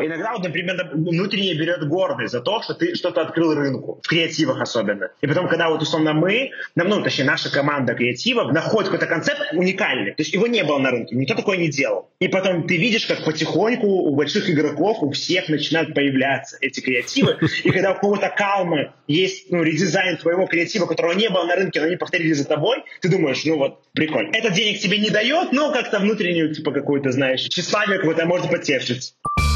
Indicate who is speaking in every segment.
Speaker 1: иногда, вот, например, внутренне берет гордость за то, что ты что-то открыл рынку, в креативах особенно. И потом, когда вот, условно, точнее, наша команда креативов находит какой-то концепт уникальный, то есть его не было на рынке, никто такое не делал. И потом ты видишь, как потихоньку у больших игроков, у всех начинают появляться эти креативы, и когда у кого-то калмы есть, редизайн твоего креатива, которого не было на рынке, но они повторили за тобой, ты думаешь, прикольно. Это денег тебе не дает, но как-то внутреннюю, какую-то, знаешь, тщеславие какое-то может потешить.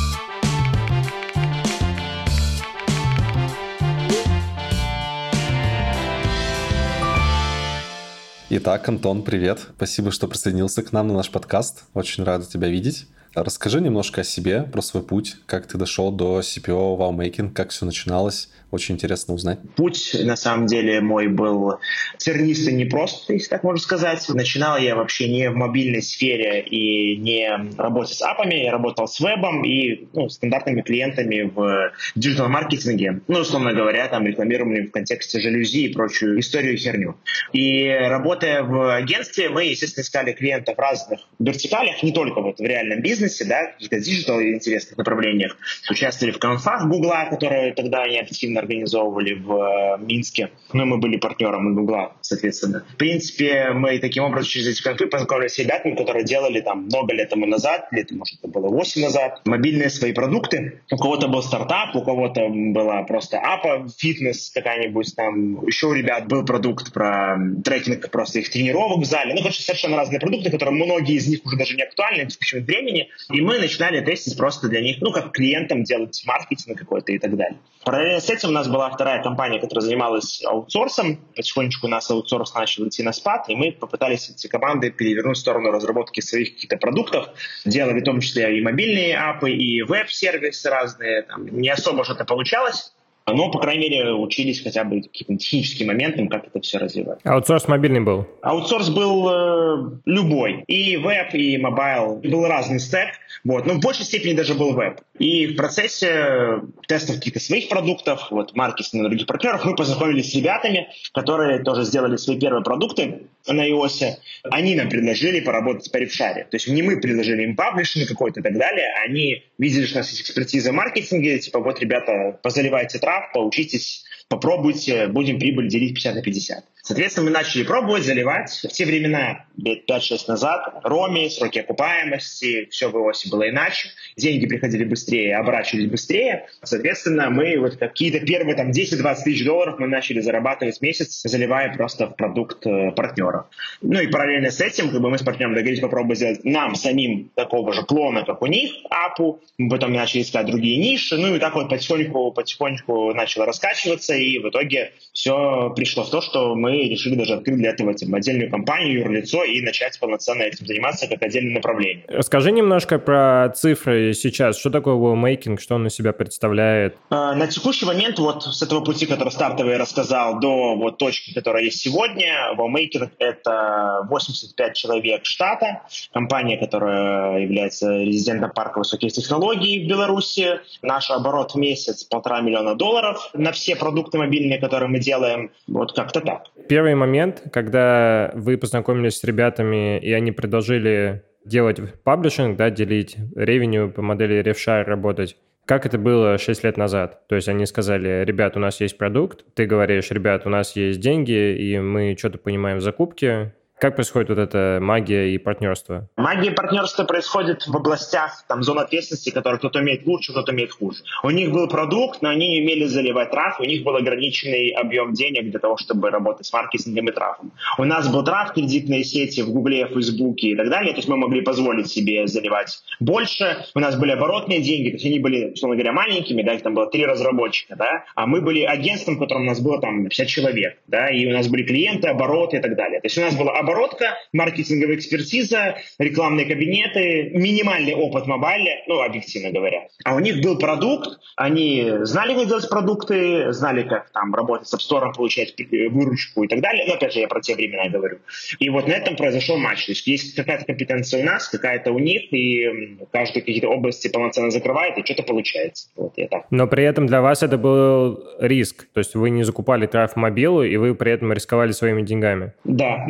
Speaker 2: Итак, Антон, привет. Спасибо, что присоединился к нам на наш подкаст. Очень рада тебя видеть. Расскажи немножко о себе, про свой путь, как ты дошел до CPO WowMaking, как все начиналось. Очень интересно узнать.
Speaker 1: Путь, на самом деле, мой был тернистый, непростый, если так можно сказать. Начинал я вообще не в мобильной сфере и не работе с апами. Я работал с вебом и стандартными клиентами в диджитал-маркетинге. Условно говоря, там рекламировали в контексте жалюзи и прочую историю и херню. И работая в агентстве, мы, естественно, искали клиентов в разных вертикалях, не только в реальном бизнесе, каких-то диджитал и интересных направлениях. Участвовали в конфах Гугла, которые тогда они активно организовывали в Минске. Мы были партнером Гугла, соответственно. В принципе, мы таким образом через эти конфы познакомились с ребятами, которые делали много лет тому назад, может, это было 8 назад, мобильные свои продукты. У кого-то был стартап, у кого-то была просто апа, фитнес какая-нибудь там. Еще у ребят был продукт про трекинг просто их тренировок в зале. Совершенно разные продукты, которые многие из них уже даже не актуальны в текущем времени. И мы начинали тестить просто для них, как клиентам делать маркетинг какой-то и так далее. Параллельно с этим у нас была вторая компания, которая занималась аутсорсом. Потихонечку у нас аутсорс начал идти на спад, и мы попытались эти команды перевернуть в сторону разработки своих каких-то продуктов. Делали в том числе и мобильные апы, и веб-сервисы разные. Не особо что-то получалось. Но, по крайней мере, учились хотя бы каким-то техническим моментам, как это все развивать.
Speaker 3: Аутсорс мобильный был?
Speaker 1: Аутсорс был любой. И веб, и мобайл. Был разный стэк. Но в большей степени даже был веб. И в процессе тестов каких-то своих продуктов, маркетинга на других партнеров, мы познакомились с ребятами, которые тоже сделали свои первые продукты на iOS. Они нам предложили поработать по рефшаре. То есть не мы предложили им паблишинг какой-то и так далее. Они видели, что у нас есть экспертиза в маркетинге. Ребята, позаливайте трав, поучитесь, попробуйте, будем прибыль делить 50 на 50. Соответственно, мы начали пробовать, заливать. В те времена, лет 5-6 назад, роми, сроки окупаемости, все в iOS было иначе. Деньги приходили быстрее, оборачивались быстрее. Соответственно, мы какие-то первые 10-20 тысяч долларов мы начали зарабатывать в месяц, заливая просто в продукт партнеров. И параллельно с этим мы с партнером договорились попробовать сделать нам самим такого же клона, как у них, апу. Мы потом начали искать другие ниши. И так потихоньку начало раскачиваться. И в итоге все пришло в то, что мы решили даже открыть для этого отдельную компанию, юрлицо, и начать полноценно этим заниматься как отдельное направление.
Speaker 3: Расскажи немножко про цифры сейчас. Что такое WowMaking, что он из себя представляет?
Speaker 1: На текущий момент с этого пути, который стартовый я рассказал, до точки, которая есть сегодня, WowMaking — это 85 человек штата, компания, которая является резидентом парка высоких технологий в Беларуси. Наш оборот в месяц $1,5 миллиона на все продукты мобильные, которые мы делаем. Как-то так.
Speaker 3: Первый момент, когда вы познакомились с ребятами, и они предложили делать паблишинг, делить ревеню по модели RevShare работать, как это было 6 лет назад? То есть они сказали: ребят, у нас есть продукт, ты говоришь: ребят, у нас есть деньги, и мы что-то понимаем в закупке. Как происходит эта магия и партнерство?
Speaker 1: Магия и партнерство происходит в областях зон ответственности, которые кто-то умеет лучше, кто-то умеет хуже. У них был продукт, но они не умели заливать траф, у них был ограниченный объем денег для того, чтобы работать с маркетингом и трафом. У нас был траф, кредитные сети в Гугле, Фейсбуке и так далее, то есть мы могли позволить себе заливать больше. У нас были оборотные деньги, то есть они были, условно говоря, маленькими, их там было 3 разработчика, а мы были агентством, в котором у нас было 50 человек, и у нас были клиенты, обороты и так далее. То есть у нас была оборотка, маркетинговая экспертиза, рекламные кабинеты, минимальный опыт мобайле, объективно говоря. А у них был продукт, они знали, как делать продукты, знали, как работать с App Store, получать выручку и так далее. Но опять же, я про те времена говорю. И на этом произошел матч. То есть есть какая-то компетенция у нас, какая-то у них, и каждый какие-то области полноценно закрывает, и что-то получается.
Speaker 3: Но при этом для вас это был риск. То есть вы не закупали трафик в мобилу, и вы при этом рисковали своими деньгами.
Speaker 1: Да. Это как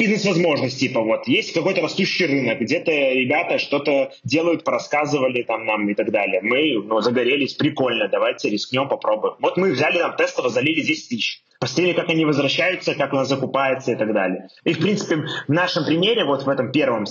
Speaker 1: бизнес-возможность, типа вот, есть какой-то растущий рынок, где-то ребята что-то делают, порассказывали там нам и так далее. Мы загорелись, прикольно, давайте рискнем, попробуем. Вот мы взяли там тестово, залили 10 тысяч. Посмотрели, как они возвращаются, как у нас закупается и так далее. И, в принципе, в нашем примере, вот в этом первой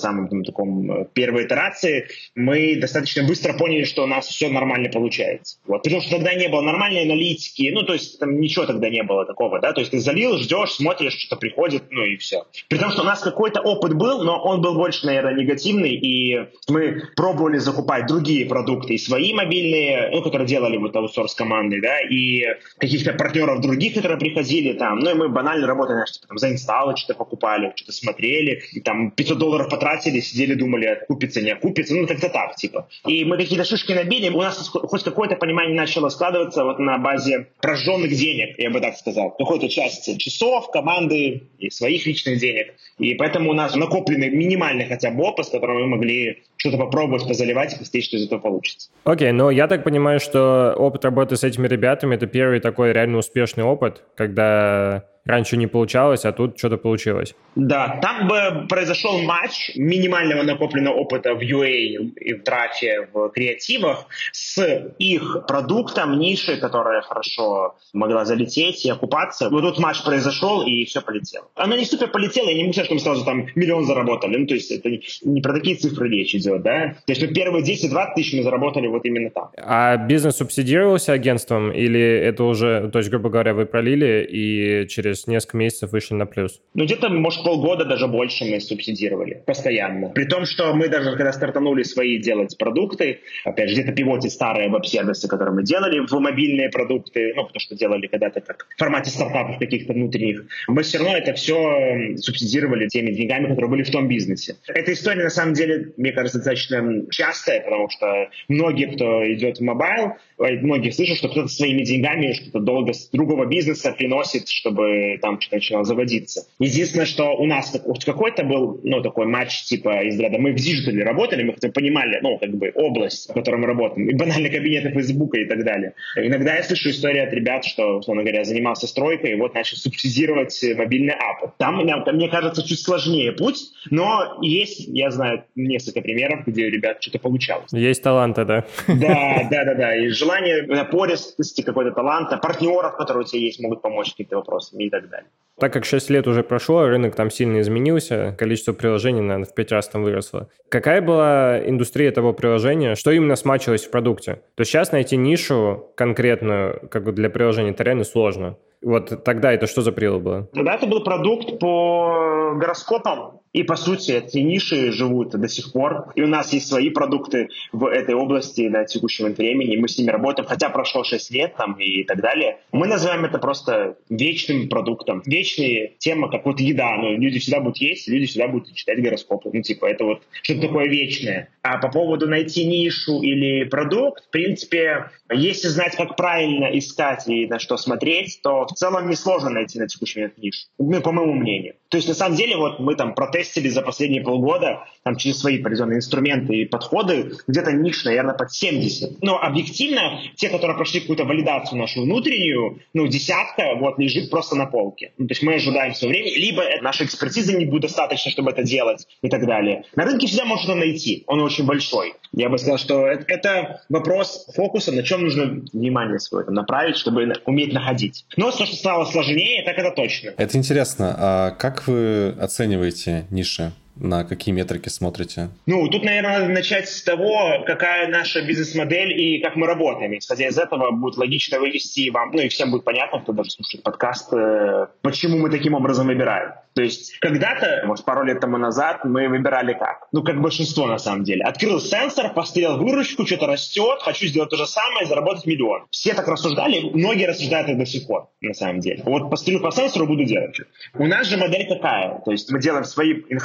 Speaker 1: итерации, мы достаточно быстро поняли, что у нас все нормально получается. Вот. Потому что тогда не было нормальной аналитики, то есть там ничего тогда не было такого, да, то есть ты залил, ждешь, смотришь, что-то приходит, и все. При том, что у нас какой-то опыт был, но он был больше, наверное, негативный, и мы пробовали закупать другие продукты, и свои мобильные, которые делали вот аутсорс команды, да, и каких-то партнеров других, которые приходили там, и мы банально работали, за инсталлы что-то покупали, что-то смотрели, и там $500 потратили, сидели, думали, окупится, не окупится, как-то так, типа. И мы какие-то шишки набили, у нас хоть какое-то понимание начало складываться вот на базе прожженных денег, я бы так сказал, какой-то части часов, команды и своих личных денег. И поэтому у нас накопленный минимальный хотя бы опыт, с которым мы могли что-то попробовать, позаливать и посмотреть, что из этого получится.
Speaker 3: Окей, но я так понимаю, что опыт работы с этими ребятами – это первый такой реально успешный опыт, когда раньше не получалось, а тут что-то получилось.
Speaker 1: Да, там бы произошел матч минимального накопленного опыта в UA и в драфе, в креативах с их продуктом, нишей, которая хорошо могла залететь и окупаться. Вот тут матч произошел, и все полетело. Оно не супер полетело, я не могу сказать, что мы сразу там миллион заработали. То есть это не про такие цифры речь идет, да. То есть первые 10-20 тысяч мы заработали вот именно там.
Speaker 3: А бизнес субсидировался агентством или это уже, то есть, грубо говоря, вы пролили и через несколько месяцев вышли на плюс?
Speaker 1: Где-то, может, полгода, даже больше мы субсидировали постоянно. При том, что мы даже, когда стартанули свои делать продукты, опять же, где-то пивотить старые веб-сервисы, которые мы делали в мобильные продукты, потому что делали когда-то как в формате стартапов каких-то внутренних, мы все равно это все субсидировали теми деньгами, которые были в том бизнесе. Эта история, на самом деле, мне кажется, достаточно частая, потому что многие, кто идет в мобайл, многие слышат, что кто-то своими деньгами что-то долго с другого бизнеса приносит, чтобы там что-то начинало заводиться. Единственное, что у нас какой-то был, такой матч типа из ряда. Мы в диджитале работали, мы хотя бы понимали, область, в которой мы работаем, и банально кабинеты Фейсбука и так далее. Иногда я слышу истории от ребят, что, условно говоря, занимался стройкой, и вот начал субсидировать мобильные аппы. Там, мне кажется, чуть сложнее путь, но есть, я знаю, несколько примеров, где у ребят что-то получалось.
Speaker 3: Есть таланты, да?
Speaker 1: Да. И желание, напористости, какой-то таланта, партнеров, которые у тебя есть, могут помочь каким-то вопросам и так далее.
Speaker 3: Так как 6 лет уже прошло, рынок там сильно изменился, количество приложений, наверное, в 5 раз там выросло. Какая была индустрия того приложения? Что именно смачивалось в продукте? То есть сейчас найти нишу конкретную как бы для приложения это реально сложно. Вот тогда это что за прилог было?
Speaker 1: Тогда это был продукт по гороскопам. И, по сути, эти ниши живут до сих пор. И у нас есть свои продукты в этой области на текущем времени. Мы с ними работаем, хотя прошло 6 лет там, и так далее. Мы называем это просто вечным продуктом. Вечная тема, как вот еда. Люди всегда будут есть, люди всегда будут читать гороскопы. Это вот что-то такое вечное. А по поводу найти нишу или продукт, в принципе, если знать, как правильно искать и на что смотреть, то в целом несложно найти на текущий момент нишу. По моему мнению. То есть, на самом деле, вот мы там протестили за последние полгода там, через свои определенные инструменты и подходы где-то ниш, наверное, под 70. Но объективно, те, которые прошли какую-то валидацию нашу внутреннюю, десятка вот лежит просто на полке. То есть мы ожидаем все время, либо наша экспертиза не будет достаточно, чтобы это делать и так далее. На рынке всегда можно найти, он очень большой. Я бы сказал, что это вопрос фокуса, на чем нужно внимание свое направить, чтобы уметь находить. Но то, что стало сложнее, так это точно.
Speaker 2: Это интересно. А как вы оцениваете ниши? На какие метрики смотрите?
Speaker 1: Тут, наверное, надо начать с того, какая наша бизнес-модель и как мы работаем. Исходя из этого, будет логично вывести вам, и всем будет понятно, кто даже слушает подкаст, почему мы таким образом выбираем. То есть когда-то, может, пару лет тому назад, мы выбирали как? Как большинство на самом деле. Открыл сенсор, посмотрел выручку, что-то растет, хочу сделать то же самое, заработать миллион. Все так рассуждали, многие рассуждают так до сих пор, на самом деле. Вот посмотрю по сенсору, буду делать. У нас же модель какая? То есть мы делаем свои in-house продукты,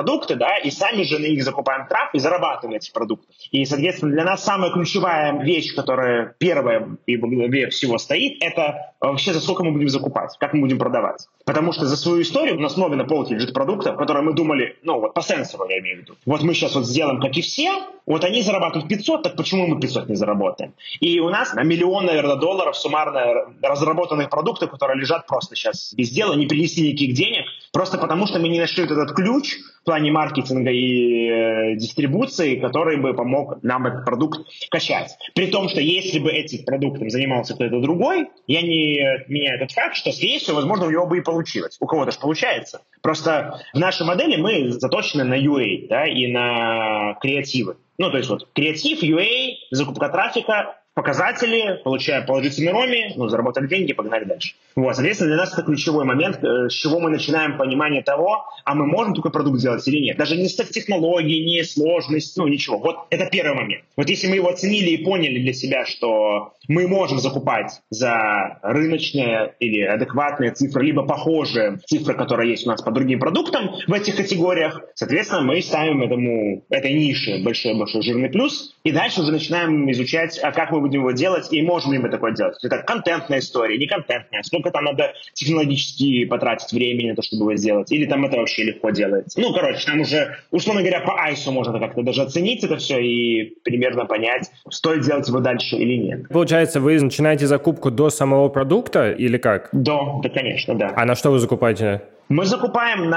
Speaker 1: продукты, да, и сами же на них закупаем трафик и зарабатываем эти продукты. И, соответственно, для нас самая ключевая вещь, которая первая и во главе всего стоит, это вообще за сколько мы будем закупать, как мы будем продавать. Потому что за свою историю у нас много на полке лежит продуктов, которые мы думали, ну вот по сенсору я имею в виду. Вот мы сейчас вот сделаем, как и все, вот они зарабатывают 500, так почему мы 500 не заработаем? И у нас $1 миллион, наверное, долларов суммарно разработанных продуктов, которые лежат просто сейчас без дела, не принесли никаких денег, просто потому что мы не нашли вот этот ключ в плане маркетинга и дистрибуции, который бы помог нам этот продукт качать. При том, что если бы этим продуктом занимался кто-то другой, я не отменяю этот факт, что, скорее всего, возможно, у него бы и получилось. У кого-то же получается. Просто в нашей модели мы заточены на UA, да, и на креативы. Ну, то есть вот креатив, UA, закупка трафика, показатели, получая положительный роми, ну, заработали деньги, погнали дальше. Вот, соответственно, для нас это ключевой момент, с чего мы начинаем понимание того, а мы можем такой продукт сделать или нет. Даже не стать технологии, не сложность, ну, ничего. Вот это первый момент. Вот если мы его оценили и поняли для себя, что мы можем закупать за рыночные или адекватные цифры, либо похожие цифры, которые есть у нас по другим продуктам в этих категориях, соответственно, мы ставим этой нише большой-большой жирный плюс, и дальше уже начинаем изучать, а как мы будем его делать, и можем ли мы такое делать. Это контентная история, не контентная, сколько там надо технологически потратить времени на то, чтобы его сделать, или там это вообще легко делается. Ну, короче, там уже, условно говоря, по айсу можно как-то даже оценить это все и примерно понять, стоит делать его дальше или нет.
Speaker 3: Получается, вы начинаете закупку до самого продукта или как?
Speaker 1: Да, конечно, да.
Speaker 3: А на что вы закупаете?
Speaker 1: Мы закупаем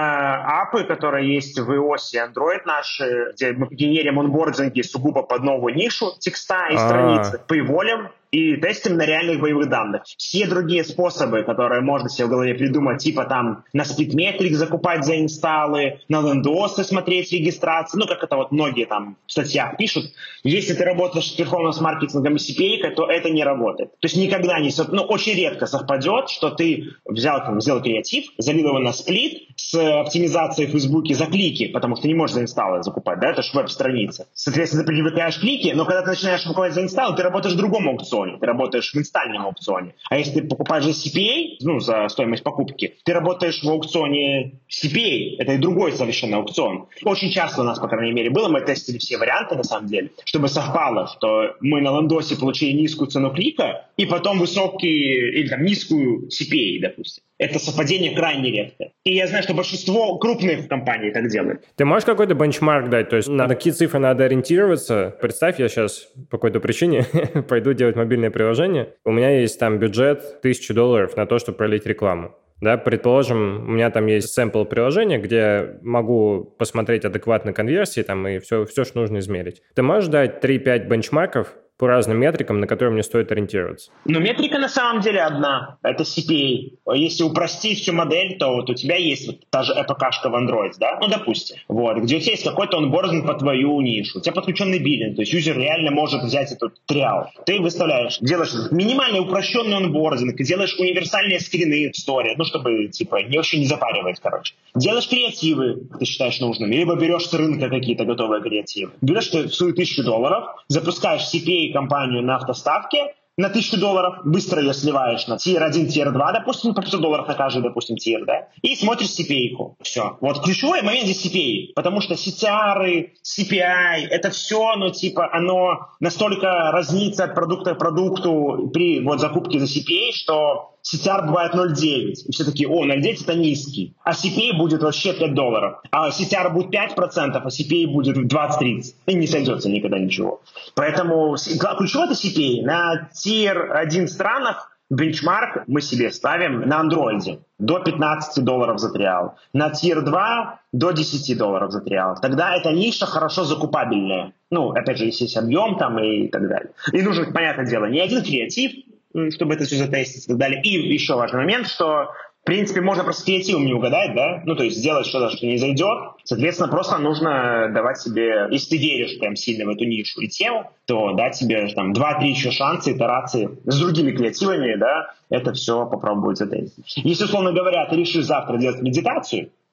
Speaker 1: на апы, которые есть в iOS и Android наши, где мы генерим онбординги сугубо под новую нишу текста и страницы, paywall и тестим на реальных боевых данных. Все другие способы, которые можно себе в голове придумать, типа там на Speedmetrics закупать за инсталлы, на лендосы смотреть регистрации, ну как это вот многие там в статьях пишут. Если ты работаешь с перформанс-маркетингом и CPA, то это не работает. То есть никогда не, очень редко совпадет, что ты сделал креатив, залил его на сплит с оптимизацией в Фейсбуке за клики, потому что не можешь за инсталлы закупать, да, это же веб-страница. Соответственно, ты привыкаешь клики, но когда ты начинаешь покупать за инсталлы, ты работаешь в другом аукционе. Ты работаешь в инстальном аукционе. А если ты покупаешь за CPA, ну, за стоимость покупки, ты работаешь в аукционе CPA. Это и другой совершенно аукцион. Очень часто у нас, по крайней мере, было, мы тестили все варианты, на самом деле, чтобы совпало, что мы на лендосе получили низкую цену клика и потом высокий, или там низкую CPA, допустим. Это совпадение крайне редкое. И я знаю, что большинство крупных компаний так делают.
Speaker 3: Ты можешь какой-то бенчмарк дать? То есть на какие цифры надо ориентироваться? Представь, я сейчас по какой-то причине пойду делать мобильное приложение. У меня есть там бюджет $1000 на то, чтобы пролить рекламу. Да, предположим, у меня там есть сэмпл приложения, где могу посмотреть адекватные конверсии там, и все, что нужно измерить. Ты можешь дать 3-5 бенчмарков по разным метрикам, на которые мне стоит ориентироваться?
Speaker 1: Но метрика на самом деле одна. Это CPA. Если упростить всю модель, то вот у тебя есть вот та же ЭПК-шка в Android, да? Ну, допустим. Вот, где у тебя есть какой-то онбординг по твою нишу. У тебя подключенный биллинг. То есть юзер реально может взять этот триал. Ты выставляешь, делаешь минимально упрощенный онбординг, делаешь универсальные скрины в сторе, ну, чтобы, типа, вообще не запаривать, короче. Делаешь креативы, ты считаешь нужным, либо берешь с рынка какие-то готовые креативы. Берешь свою $1000, запускаешь CPA компанию на автоставке на $1000, быстро ее сливаешь на Tier 1, Tier 2, допустим, по $500 на каждый, допустим, Tier, да, и смотришь CPA-ку. Все. Вот ключевой момент здесь CPA, потому что CTR, CPI, это все, ну, типа, оно настолько разнится от продукта к продукту при вот закупке за CPA, что CTR бывает 0,9. И все такие, 0,9 это низкий. А CPA будет вообще $5. А CTR будет 5%, а CPA будет 20-30. И не сойдется никогда ничего. Поэтому ключевой это CPA. На Tier 1 странах бенчмарк мы себе ставим на Android до $15 за триал. На Tier 2 до $10 за триал. Тогда эта ниша хорошо закупабельная. Ну, опять же, если есть объем там и так далее. И нужен, понятное дело, не один креатив, чтобы это все затестить и так далее. И еще важный момент, что, в принципе, можно просто креативом не угадать, да, ну, то есть сделать что-то, что не зайдет. Соответственно, просто нужно давать себе, если ты веришь прям сильно в эту нишу и тему, то дать себе там 2-3 еще шанса, итерации с другими креативами, да, это все попробовать затестить. Если, условно говоря, ты решишь завтра делать медитацию,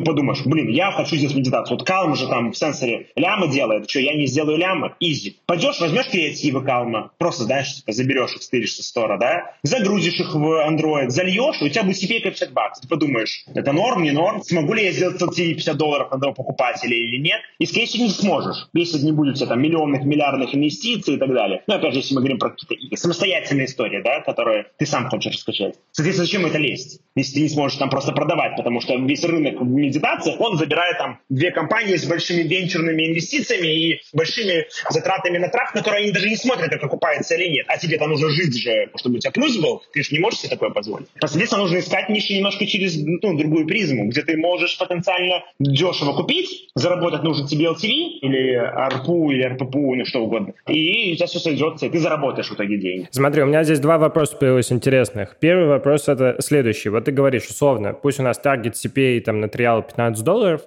Speaker 1: Подумаешь, я хочу сделать медитацию. Вот Calm же там в сенсоре лямы делает. Что, я не сделаю лямы? Изи. Пойдешь, возьмешь креативы Calm, просто, знаешь, заберешь их, стыришь со стора, да? Загрузишь их в Android, зальешь, и у тебя будет CPA $50. Ты подумаешь, это норм, не норм? Смогу ли я сделать $50 одного покупателя или нет? И, скорее всего, не сможешь, если не будет у тебя там миллионных, миллиардных инвестиций и так далее. Ну, опять же, если мы говорим про какие-то самостоятельные истории, да, которые ты сам хочешь скачать. Соответственно, зачем это лезть, если ты не сможешь там просто продавать, потому что весь рынок в медитации, он забирает там 2 компании с большими венчурными инвестициями и большими затратами на трафик, на которые они даже не смотрят, как окупается или нет. А тебе там нужно жить же, чтобы у тебя плюс был, ты же не можешь себе такое позволить. Соответственно, нужно искать ниши немножко через другую призму, где ты можешь потенциально дешево купить, заработать нужен тебе LTV или ARPU, или RPPU, ну что угодно. И у тебя все сойдется, и ты заработаешь в итоге деньги.
Speaker 3: Смотри, у меня здесь 2 вопроса появилось интересных. Первый вопрос — это следующий. Вот ты говоришь, условно, пусть у нас таргет CPA там на триал $15,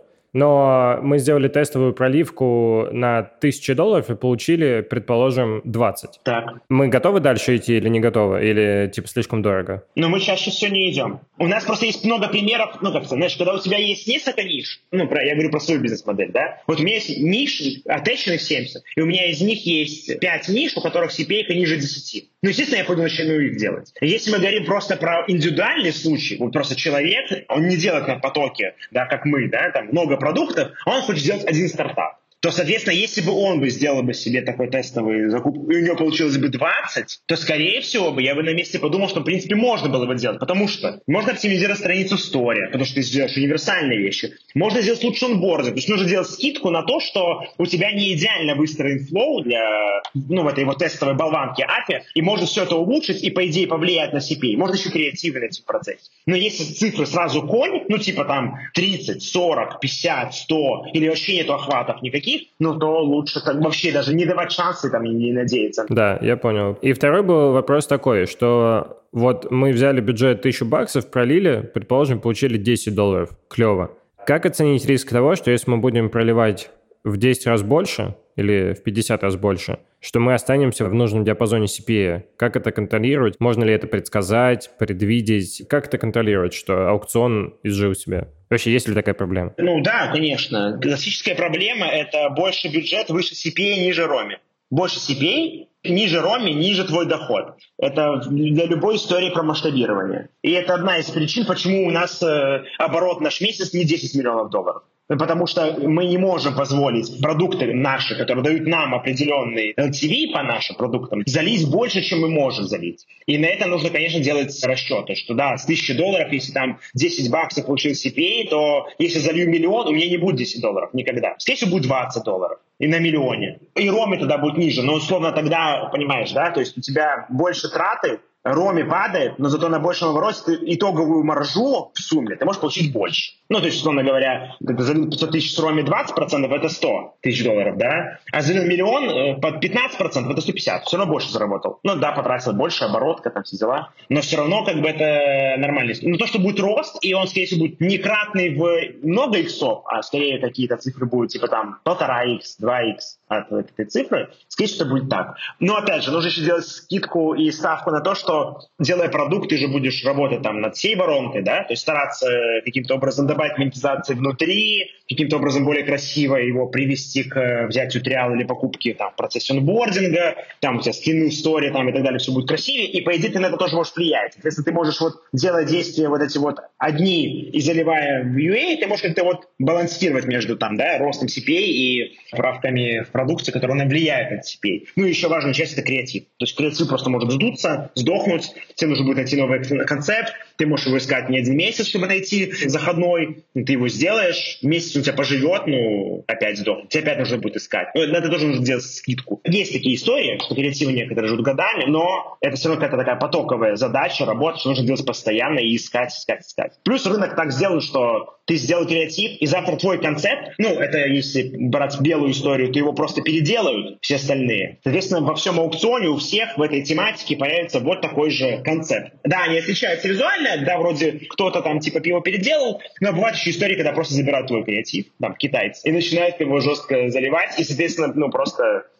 Speaker 3: но мы сделали тестовую проливку на $1000 и получили, предположим, 20.
Speaker 1: Так.
Speaker 3: Мы готовы дальше идти или не готовы? Или типа слишком дорого?
Speaker 1: Но мы чаще всего не идем. У нас просто есть много примеров, знаешь, когда у тебя есть несколько ниш, я говорю про свою бизнес-модель, да? Вот у меня есть ниши, оттаченных 70, и у меня из них есть 5 ниш, у которых CPA ниже 10. Естественно, я пойду начну их делать. Если мы говорим просто про индивидуальный случай, вот просто человек, он не делает на потоке, да, как мы, да, там много продуктов, а он хочет сделать один стартап, то, соответственно, если бы он сделал бы себе такой тестовый закуп, и у него получилось бы 20, то, скорее всего, я бы на месте подумал, что, в принципе, можно было бы делать. Потому что можно оптимизировать страницу в сторе, потому что ты сделаешь универсальные вещи. Можно сделать лучше онбординг. То есть нужно делать скидку на то, что у тебя не идеально выстроен флоу для, в этой вот тестовой болванки API, и можно все это улучшить и, по идее, повлиять на CPA. Можно еще креативить в процессе. Но если цифры сразу конь, типа там 30, 40, 50, 100, или вообще нету охватов никаких, то лучше вообще даже не давать шансы там и не надеяться.
Speaker 3: Да, я понял. И второй был вопрос такой, что вот мы взяли бюджет $1000, пролили, предположим, получили $10. Клево. Как оценить риск того, что если мы будем проливать в 10 раз больше или в 50 раз больше, что мы останемся в нужном диапазоне CPA? Как это контролировать? Можно ли это предсказать, предвидеть? Как это контролировать, что аукцион изжил себя? Вообще, есть ли такая проблема?
Speaker 1: Да, конечно. Классическая проблема — это больше бюджет, выше CPA, ниже ROMI. Больше CPA, ниже ROMI, ниже твой доход. Это для любой истории про масштабирование. И это одна из причин, почему у нас оборот наш месяц не $10 миллионов. Потому что мы не можем позволить продукты наши, которые дают нам определенный LTV по нашим продуктам, залить больше, чем мы можем залить. И на это нужно, конечно, делать расчеты, что да, с $1000, если там $10 получил CPA, то если залью миллион, у меня не будет $10 никогда. Скорее всего, будет $20 и на миллионе. И ROMI тогда будет ниже, но условно тогда, понимаешь, да, то есть у тебя больше траты, ROMI падает, но зато на большем обороте ты итоговую маржу в сумме ты можешь получить больше. То есть, условно говоря, ты залил 500 тысяч с ROMI 20%, это $100 тысяч, да? А залил миллион под 15%, это 150. Все равно больше заработал. Да, потратил больше, оборотка, там все дела. Но все равно это нормально. Но то, что будет рост, и он, скорее всего, будет не кратный в много иксов, а скорее какие-то цифры будут типа там 1,5x, 2x от этой цифры, скорее всего, это будет так. Но, опять же, нужно еще делать скидку и ставку на то, что, делая продукт, ты же будешь работать там над всей воронкой, да, то есть стараться каким-то образом добавить монетизации внутри, каким-то образом более красиво его привести к взятию триала или покупки там, в процессе онбординга, там у тебя скины в сторе там, и так далее, все будет красивее, и, по идее, ты на это тоже можешь влиять. Если ты можешь делать действия эти одни и заливая в UA, ты можешь как-то балансировать между ростом CPA и правками в продукте, которые влияют на CPA. Еще важная часть — это креатив. То есть креатив просто может сдуться, сдохнуть, тебе нужно будет найти новый концепт, ты можешь его искать не 1 месяц, чтобы найти заходной, ты его сделаешь, месяц у тебя поживет, опять сдохнет, тебе опять нужно будет искать. На это тоже нужно делать скидку. Есть такие истории, что креативы некоторые живут годами, но это все равно какая-то такая потоковая задача, работа, что нужно делать постоянно и искать. Плюс рынок так сделан, что ты сделал креатив, и завтра твой концепт, это если брать белую историю, то его просто переделают все остальные. Соответственно, во всем аукционе у всех в этой тематике появится такой же концепт. Да, они отличаются визуально, да, вроде кто-то там типа пиво переделал, но бывают еще истории, когда просто забирают твой креатив, там, китайцы, и начинают его жестко заливать, и, соответственно, просто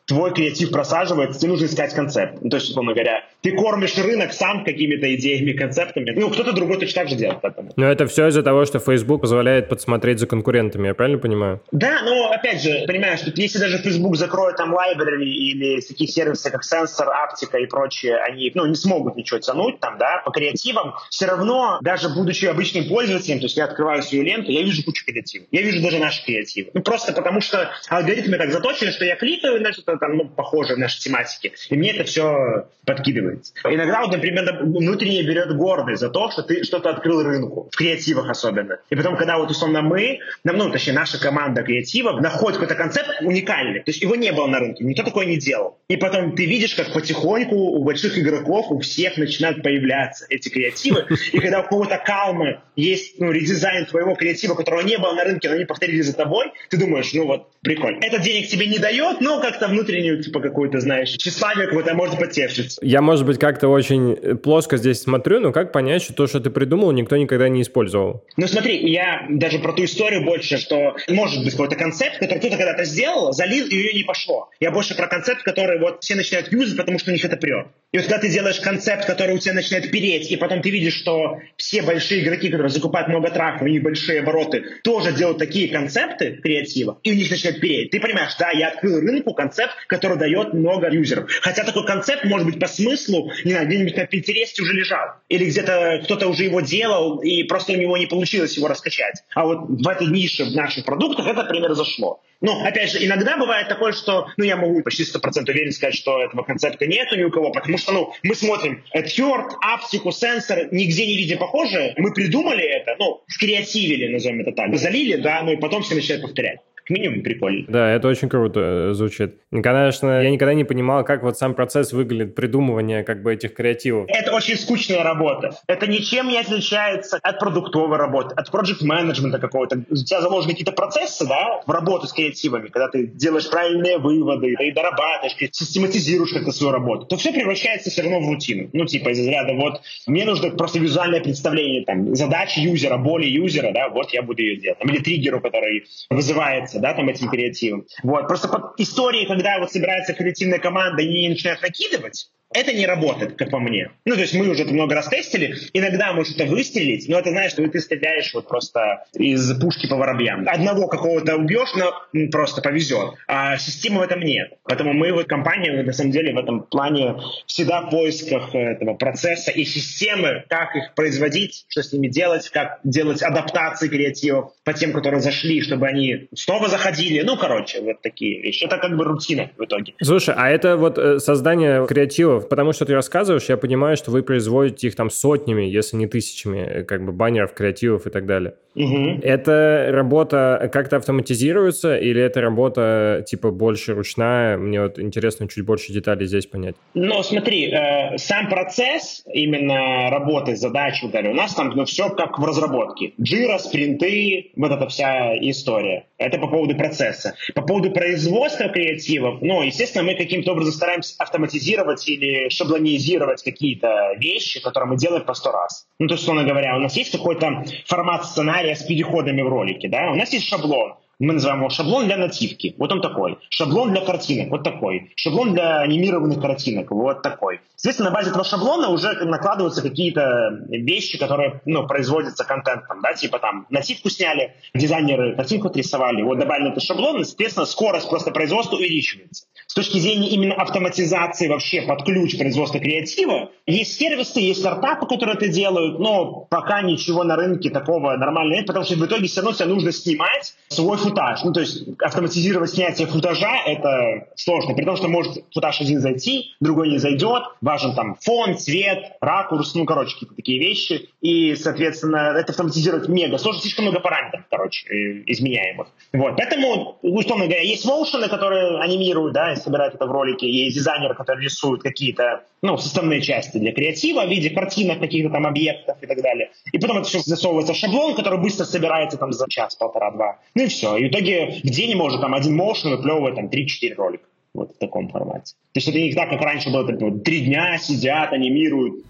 Speaker 1: твой креатив просаживается, тебе нужно искать концепт. Ну, то есть, условно говоря, ты кормишь рынок сам какими-то идеями, концептами. Ну, кто-то другой точно так же делает поэтому.
Speaker 3: Но это все из-за того, что Facebook позволяет подсмотреть за конкурентами, я правильно понимаю?
Speaker 1: Да, но опять же, понимаешь, что если даже Facebook закроет там library или такие сервисы, как Sensor, Aptica и прочие, они не смогут ничего тянуть там, да, по креативам, все равно, даже будучи обычным пользователем, то есть я открываю свою ленту, я вижу кучу креативов. Я вижу даже наши креативы. Просто потому что алгоритмы так заточены, что я кликаю на что-то там, похожее в нашей тематике, и мне это все подкидывается. Иногда, например, внутренне берет гордость за то, что ты что-то открыл рынку, в креативах особенно. И потом, когда условно точнее, наша команда креативов находит какой-то концепт уникальный, то есть его не было на рынке, никто такое не делал. И потом ты видишь, как потихоньку у больших игроков, у всех начинают появляться эти креативы, и когда у какого-то калмы есть редизайн твоего креатива, которого не было на рынке, но они повторили за тобой, ты думаешь, прикольно. Это денег тебе не дает, но как-то внутреннюю, какую-то, знаешь, тщеславие какое-то может потешиться.
Speaker 3: Я, может быть, как-то очень плоско здесь смотрю, но как понять, что то, что ты придумал, никто никогда не использовал?
Speaker 1: Смотри, я даже про ту историю больше, что может быть какой-то концепт, который кто-то когда-то сделал, залил, и ее не пошло. Я больше про концепт, который все начинают юзать, потому что у них это прет. И когда ты делаешь концепт, который у тебя начинает переть, и потом ты видишь, что все большие игроки, которые закупают много трафика, у них большие обороты, тоже делают такие концепты креатива, и у них начинает переть. Ты понимаешь, да, я открыл рынку концепт, который дает много юзеров. Хотя такой концепт, может быть, по смыслу, не знаю, где-нибудь на Pinterest уже лежал. Или где-то кто-то уже его делал, и просто у него не получилось его раскачать. А вот в этой нише, в наших продуктах, это, например, зашло. Опять же, иногда бывает такое, что, я могу почти 100% уверен сказать, что этого концепта нету ни у кого, потому что, мы смотрим Fjord, Aptica, Sensor, нигде не видим похожее, мы придумали это, скреативили, назовем это так, залили, да, и потом все начинают повторять. К минимуму прикольно.
Speaker 3: Да, это очень круто звучит. Конечно, я никогда не понимал, как сам процесс выглядит придумывания этих креативов.
Speaker 1: Это очень скучная работа. Это ничем не отличается от продуктовой работы, от проект-менеджмента какого-то. У тебя заложены какие-то процессы, да, в работу с креативами, когда ты делаешь правильные выводы, ты дорабатываешь, систематизируешь как-то свою работу, то все превращается все равно в рутину. Из разряда, мне нужно просто визуальное представление, задачи юзера, боли юзера, да, я буду ее делать. Или триггеру, который вызывается, этим креативом. Просто под историей, когда собирается креативная команда и не начинают накидывать, это не работает, как по мне. То есть мы уже это много раз тестили. Иногда может это выстрелить, но это, знаешь, что ты стреляешь просто из пушки по воробьям. Одного какого-то убьешь, но просто повезет. А системы в этом нет. Поэтому мы, компания, на самом деле, в этом плане всегда в поисках этого процесса и системы, как их производить, что с ними делать, как делать адаптации креативов по тем, которые зашли, чтобы они снова заходили. Такие вещи. Это рутина в итоге.
Speaker 3: Слушай, а это создание креативов, потому что ты рассказываешь, я понимаю, что вы производите их сотнями, если не тысячами, баннеров, креативов и так далее.
Speaker 1: Угу.
Speaker 3: Эта работа как-то автоматизируется или эта работа больше ручная? Мне интересно чуть больше деталей здесь понять.
Speaker 1: Смотри, сам процесс именно работы, задачи, у нас там все как в разработке. Jira, спринты, эта вся история. Это по поводу процесса. По поводу производства креативов, естественно, мы каким-то образом стараемся автоматизировать или шаблонизировать какие-то вещи, которые мы делаем по 100 раз. То есть, условно говоря, у нас есть какой-то формат сценария с переходами в ролике, да? У нас есть шаблон. Мы называем его шаблон для нативки. Он такой. Шаблон для картинок. Такой. Шаблон для анимированных картинок. Такой. Соответственно, на базе этого шаблона уже накладываются какие-то вещи, которые производятся контентом. Да? Нативку сняли, дизайнеры картинку отрисовали, добавили этот шаблон, и, соответственно, скорость просто производства увеличивается. С точки зрения именно автоматизации вообще под ключ производства креатива, есть сервисы, есть стартапы, которые это делают, но пока ничего на рынке такого нормального нет, потому что в итоге все равно тебе нужно снимать свой футаж. То есть автоматизировать снятие футажа — это сложно, при том, что может футаж один зайти, другой не зайдет, важен фон, цвет, ракурс, какие-то такие вещи, и, соответственно, это автоматизировать мега сложно, слишком много параметров, изменяемых. Поэтому, условно говоря, есть моушены, которые анимируют, да, собирают это в ролике, есть дизайнеры, которые рисуют какие-то составные части для креатива в виде картинок, каких-то объектов и так далее. И потом это все засовывается в шаблон, который быстро собирается за час, полтора-два. И все. И в итоге в день может один моушен выплевывает 3-4 ролика. В таком формате. То есть это не так, как раньше было, 3 дня сидят, анимируют.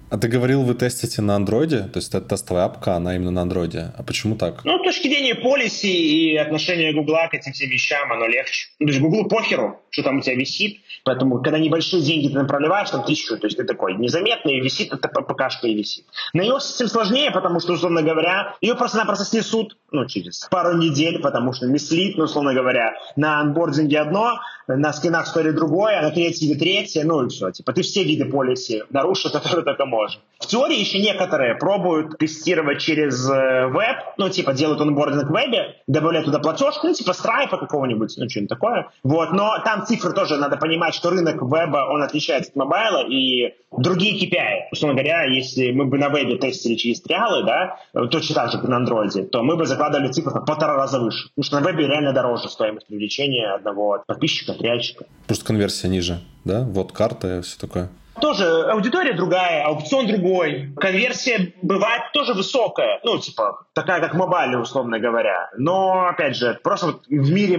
Speaker 2: А ты говорил, вы тестите на андроиде? То есть это тестовая апка, она именно на андроиде. А почему так?
Speaker 1: Ну, с точки зрения policy и отношения Гугла к этим всем вещам, оно легче. То есть Гуглу похеру, что там у тебя висит. Поэтому, когда небольшие деньги ты там проливаешь, там 1000, то есть ты такой незаметный, висит, это пока что и висит. На iOS с этим сложнее, потому что, условно говоря, ее просто-напросто снесут, через пару недель, потому что мислит, условно говоря, на анбординге одно, на скринах стори другое, а на креативе третье, и все. Ты все виды policy нарушил, которые только можно. В теории еще некоторые пробуют тестировать через веб, делают онбординг в вебе, добавляют туда платежку, Stripe какого-нибудь, что-нибудь такое. Но там цифры тоже надо понимать, что рынок веба, он отличается от мобайла, и другие KPI. Условно говоря, если мы бы на вебе тестили через триалы, точно так же, как на андроиде, то мы бы закладывали цифры в 1,5 раза выше. Потому что на вебе реально дороже стоимость привлечения одного подписчика, триальщика.
Speaker 2: Просто конверсия ниже, да? Вот карта и все такое.
Speaker 1: Тоже аудитория другая, аукцион другой. Конверсия бывает тоже высокая. Такая, как в мобайле, условно говоря. Но, опять же, просто в мире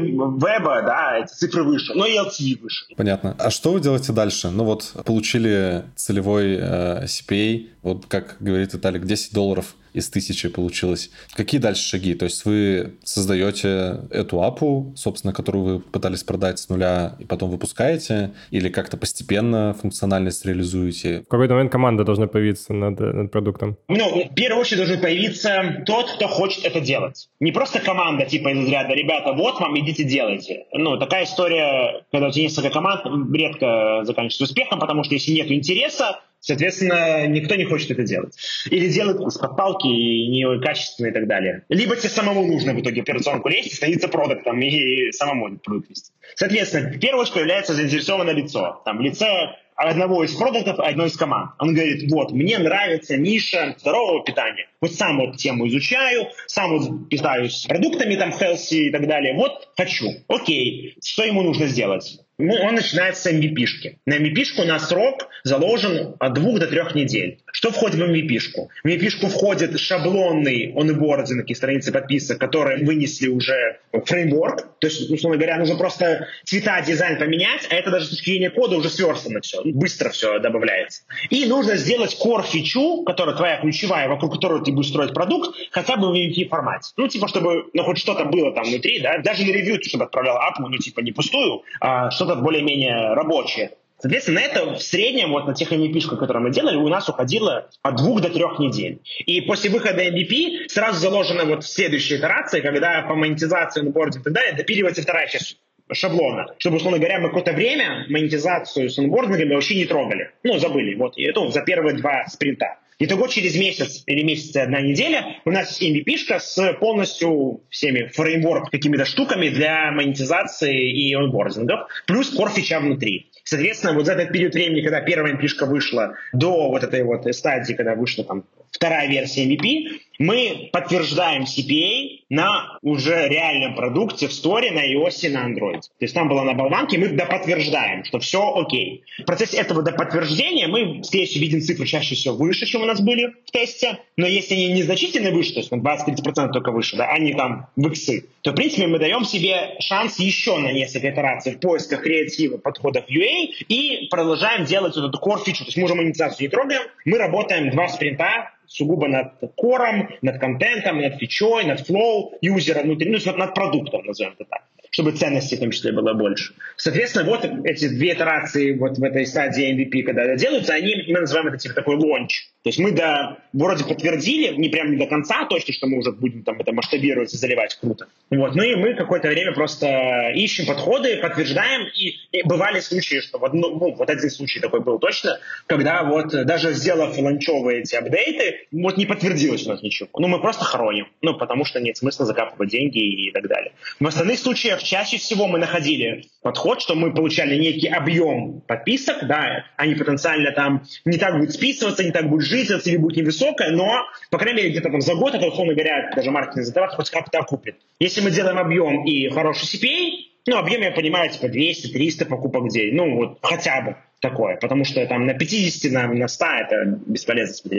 Speaker 1: веба, эти цифры выше. Но и LTV выше.
Speaker 2: Понятно. А что вы делаете дальше? Получили целевой CPA, как говорит Виталик, $10 из 1000 получилось. Какие дальше шаги? То есть вы создаете эту апу, собственно, которую вы пытались продать с нуля и потом выпускаете? Или как-то постепенно функциональность реализуете?
Speaker 3: В какой-то момент команда должна появиться над продуктом.
Speaker 1: В первую очередь должен появиться тот, кто хочет это делать. Не просто команда из ряда «ребята, вот вам, идите делайте». Такая история, когда у тебя несколько команд, редко заканчивается успехом, потому что если нет интереса, соответственно, никто не хочет это делать. Или делает из-под палки и некачественно и так далее. Либо тебе самому нужно в итоге операционку лезть, становиться продуктом и самому продукт вести. Соответственно, в первую очередь появляется заинтересованное лицо. В лице одного из продуктов, одной из команд. Он говорит, мне нравится ниша здорового питания. Сам тему изучаю, сам питаюсь продуктами, healthy и так далее. Хочу. Окей. Что ему нужно сделать? Он начинает с MVP-шки. На MVP-шку у нас срок заложен от 2 до 3 недель. Что входит в MVP-шку? В MVP-шку входит шаблонный онбординг и страницы подписок, которые вынесли уже фреймворк. То есть, условно говоря, нужно просто цвета, дизайн поменять, а это даже с точки зрения кода уже сверстано все. Быстро все добавляется. И нужно сделать core-фичу, которая твоя ключевая, вокруг которой ты будешь строить продукт, хотя бы в MVP-формате. Чтобы хоть что-то было там внутри, даже на ревью, чтобы отправлял апу, не пустую, а что-то более-менее рабочее. Соответственно, на это в среднем, на тех MVP-шках, которые мы делали, у нас уходило от 2 до 3 недель. И после выхода MVP сразу заложена следующая итерация, когда по монетизации, онбординг и так далее допиливается вторая часть шаблона, чтобы, условно говоря, мы какое-то время монетизацию с онбордингами вообще не трогали. Забыли. И это за первые 2 спринта. Итого через месяц или месяц и 1 неделя у нас MVP-шка с полностью всеми фреймворк какими-то штуками для монетизации и онбордингов, плюс core-фича внутри. Соответственно, за этот период времени, когда первая MVP-шка вышла, до этой стадии, когда вышла вторая версия MVP, мы подтверждаем CPA на уже реальном продукте в сторе на iOS и на Android. То есть там было на болванке, мы доподтверждаем, что все окей. В процессе этого доподтверждения мы, скорее всего, видим цифры чаще всего выше, чем у нас были в тесте, но если они незначительно выше, то есть на 20-30% только выше, а не в иксы, то, в принципе, мы даем себе шанс еще на несколько итераций в поисках креатива, подходов UA и продолжаем делать эту core-фичу. То есть мы уже монетизацию не трогаем, мы работаем 2 спринта сугубо над кором, над контентом, над фичой, над флоу юзера внутри, над продуктом, назовем это так, чтобы ценности в том числе было больше. Соответственно, эти 2 итерации в этой стадии MVP, когда делаются, мы называем это такой лонч. То есть мы вроде подтвердили, не прям до конца точно, что мы уже будем это масштабировать и заливать круто. И мы какое-то время просто ищем подходы, подтверждаем, и бывали случаи, что один случай такой был точно, когда даже сделав ланчевые эти апдейты, не подтвердилось у нас ничего. Мы просто хороним, потому что нет смысла закапывать деньги и так далее. В остальных случаях чаще всего мы находили подход, что мы получали некий объем подписок, они потенциально не так будут списываться, не так будут жить, или будет невысокая, но, по крайней мере, где-то за год, это, условно говоря, даже маркетинг затрат хоть как-то окупит. Если мы делаем объем и хороший CPA, объем, я понимаю, 200-300 покупок в день. Хотя бы такое, потому что на 50, на 100 это бесполезно смотреть.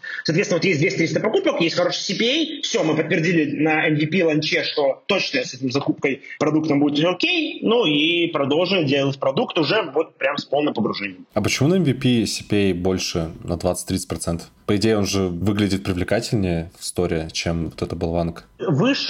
Speaker 1: Соответственно, вот есть 200-300 покупок, есть хороший CPA, все, мы подтвердили на MVP ланче, что точно с этим закупкой продуктом будет окей, ну и продолжили делать продукт уже вот прям с полным погружением.
Speaker 2: А почему на MVP CPA больше на 20-30%? По идее, он же выглядит привлекательнее в сторе, чем вот эта болванка.
Speaker 1: Выше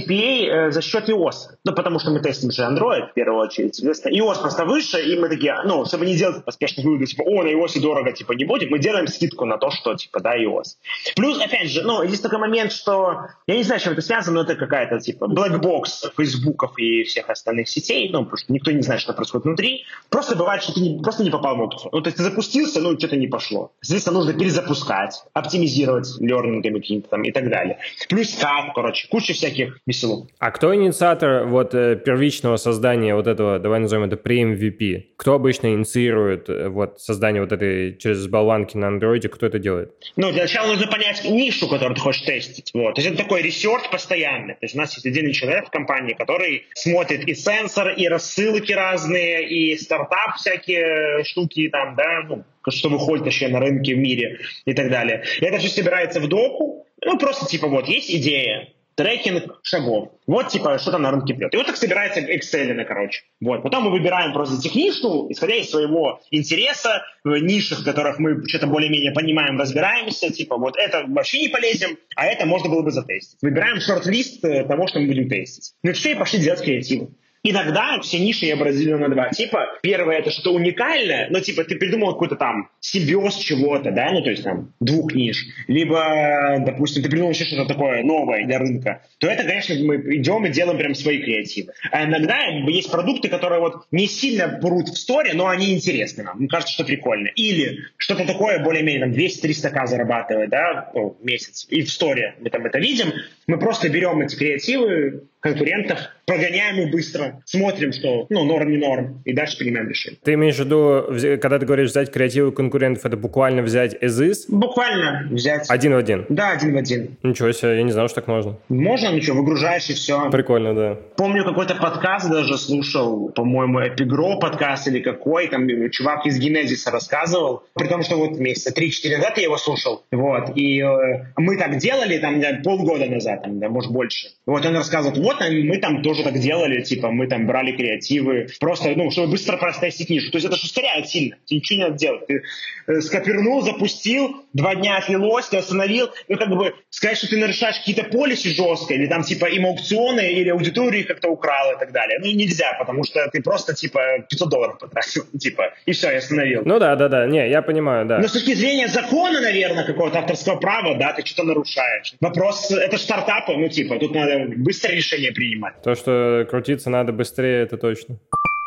Speaker 1: CPA за счет iOS. Ну, потому что мы тестим же Android в первую очередь. Соответственно, iOS просто выше, и мы такие, ну, чтобы не делать поспешных выводов, типа, на iOS дорого, типа, не будет, мы делаем скидку на то, что, типа, да, iOS. Плюс, опять же, ну, есть такой момент, что, я не знаю, с чем это связано, но это какая-то, типа, blackbox фейсбуков и всех остальных сетей, ну, потому что никто не знает, что происходит внутри. Просто бывает, что ты просто не попал в опцию. Ну, то есть ты запустился, ну, что-то не пошло. Соответственно, нужно перезапускать, оптимизировать лернингами какими-то там и так далее. Плюс как, короче, куча всяких веселок.
Speaker 3: А кто инициатор вот первичного создания вот этого, давай назовем это pre-MVP? Кто обычно инициирует вот создание вот этой через болванки на андроиде? Кто это делает?
Speaker 1: Ну, для начала нужно понять нишу, которую ты хочешь тестить. Вот. То есть это такой ресерч постоянный. То есть у нас есть отдельный человек в компании, который смотрит и сенсор, и рассылки разные, и стартап всякие штуки там, да, ну, что выходит вообще на рынке в мире и так далее. И это все собирается в доку. Ну, просто типа вот есть идея, трекинг шагов. Вот, типа, что там на рынке прет. И вот так собирается Excel, короче. Вот. Потом мы выбираем просто техничную, исходя из своего интереса, в нишах, в которых мы что-то более-менее понимаем, разбираемся. Типа, вот это вообще не полезем, а это можно было бы затестить. Выбираем шорт-лист того, что мы будем тестить. Ну и все, и пошли делать креативы. Иногда все ниши я бы разделил на два типа. Первое — это что-то уникальное, но типа ты придумал какой-то там симбиоз чего-то, да, ну то есть там двух ниш. Либо, допустим, ты придумал еще что-то такое новое для рынка. То это, конечно, мы идем и делаем прям свои креативы. А иногда есть продукты, которые вот не сильно прут в сторе, но они интересны нам. Мне кажется, что прикольно. Или что-то такое более-менее там 200-300к зарабатывает, да, в месяц. И в сторе мы там это видим. Мы просто берем эти креативы конкурентов, прогоняем их быстро, смотрим, что, ну, норм, не норм, и дальше принимаем решение.
Speaker 3: Ты имеешь в виду, когда ты говоришь взять креативы конкурентов, это буквально взять as is?
Speaker 1: Буквально взять.
Speaker 3: Один в один?
Speaker 1: Да, один в один.
Speaker 3: Ничего себе, я не знал, что так можно.
Speaker 1: Можно, ну что, выгружаешь и все.
Speaker 3: Прикольно, да.
Speaker 1: Помню, какой-то подкаст даже слушал, по-моему, Эпигро подкаст или какой, там чувак из Генезиса рассказывал, при том, что вот месяца 3-4 назад я его слушал, вот, и мы так делали, там, полгода назад, там, да, может, больше. Вот он рассказывал, вот, мы там тоже так делали, типа, мы там брали креативы, просто, ну, чтобы быстро протестить нишу. То есть это же ускоряет сильно, тебе ничего не надо делать. Ты скопирнул, запустил, 2 дня отлилось, ты остановил, ну, как бы, сказать, что ты нарушаешь какие-то полиси жестко, или там, типа, им аукционы, или аудитории как-то украл и так далее. Ну, нельзя, потому что ты просто, типа, $500 потратил, типа, и все, я остановил.
Speaker 3: Ну, да, не, я понимаю, да.
Speaker 1: Но с точки зрения закона, наверное, какого-то авторского права, да, ты что-то нарушаешь. Вопрос, это же стартапы, ну, типа, тут надо быстро решение принимать.
Speaker 3: То, что крутиться надо быстрее, это точно.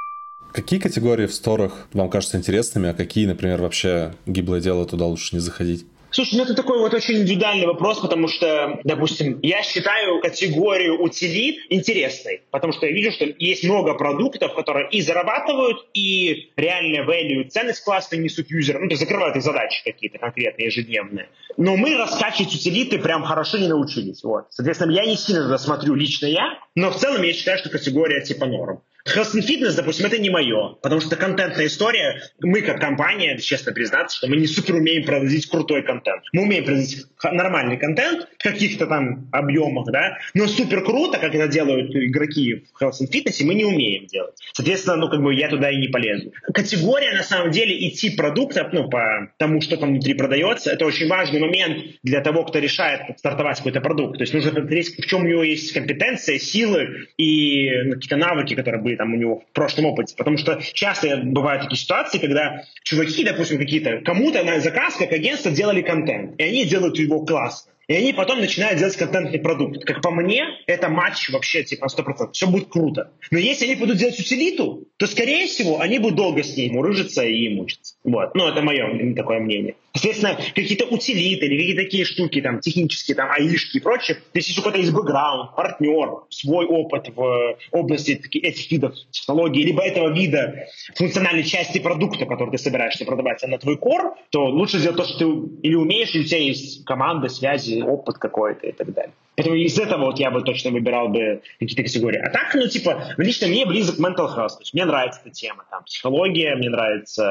Speaker 2: Какие категории в сторах вам кажутся интересными, а какие, например, вообще гиблое дело, туда лучше не заходить?
Speaker 1: Слушай, ну это такой вот очень индивидуальный вопрос, потому что, допустим, я считаю категорию утилит интересной, потому что я вижу, что есть много продуктов, которые и зарабатывают, и реально value, ценность классную несут юзерам, ну, то есть закрывают их задачи какие-то конкретные, ежедневные. Но мы раскачивать утилиты прям хорошо не научились. Вот. Соответственно, я не сильно туда смотрю лично я, но в целом я считаю, что категория типа норм. Health and Fitness, допустим, это не мое, потому что контентная история, мы как компания, честно признаться, что мы не супер умеем проводить крутой контент. Мы умеем проводить нормальный контент в каких-то там объемах, да, но супер круто, как это делают игроки в Health and Fitness, мы не умеем делать. Соответственно, ну, как бы я туда и не полезу. Категория, на самом деле, и тип продуктов, ну, по тому, что там внутри продается, это очень важный момент для того, кто решает стартовать какой-то продукт. То есть нужно смотреть, в чем у него есть компетенция, силы и какие-то навыки, которые были там у него в прошлом опыте. Потому что часто бывают такие ситуации, когда чуваки, допустим, какие-то, кому-то на заказ, как агентство, делали контент, и они делают его классно. И они потом начинают делать контентный продукт. Как по мне, это матч вообще типа на 100%. Все будет круто. Но если они будут делать утилиту, то, скорее всего, они будут долго с ней мурыжиться и мучиться. Вот. Ну, это мое такое мнение. Соответственно, какие-то утилиты или какие-то такие штуки, там, технические, там, аишки и прочее, то есть если у кого-то есть бэкграунд, партнер, свой опыт в области этих видов технологий, либо этого вида функциональной части продукта, который ты собираешься продавать, а на твой кор, то лучше сделать то, что ты или умеешь, или у тебя есть команда, связи, опыт какой-то и так далее. Поэтому из этого вот я бы точно выбирал бы какие-то категории. А так, ну, типа, лично мне близок mental health. То есть мне нравится эта тема. Там, психология, мне нравится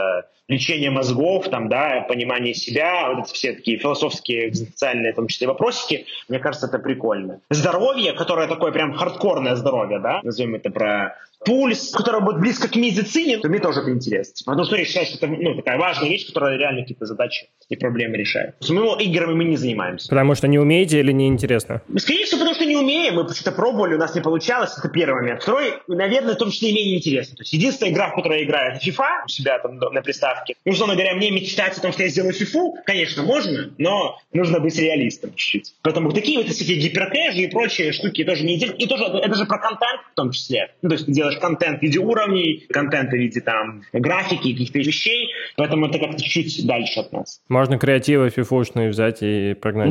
Speaker 1: лечение мозгов, там, да, понимание себя, вот эти все такие философские, экзистенциальные, в том числе, вопросики, мне кажется, это прикольно. Здоровье, которое такое прям хардкорное здоровье, да, назовем это про пульс, которое будет близко к медицине, то мне тоже это интересно. Потому что решать, что это такая важная вещь, которая реально какие-то задачи и проблемы решает. Мы играми мы не занимаемся.
Speaker 3: Потому что не умеете или не интересно?
Speaker 1: Скорее всего, потому что не умеем. Мы что-то пробовали, у нас не получалось. Это первый момент. Второй, наверное, в том числе и менее интересно. То есть единственная игра, в которой я играю, это FIFA у себя там на приставке. Ну, условно говоря, мне мечтать о том, что я сделаю FIFA, конечно, можно, но нужно быть реалистом чуть-чуть. Поэтому такие вот всякие гиперкэши и прочие штуки тоже не интересны. И тоже это же про контент в том числе. Ну, то есть ты делаешь контент в виде уровней, контент в виде там графики, каких-то вещей. Поэтому это как-то чуть дальше от нас.
Speaker 3: Можно креативы фифушные взять и прогнать.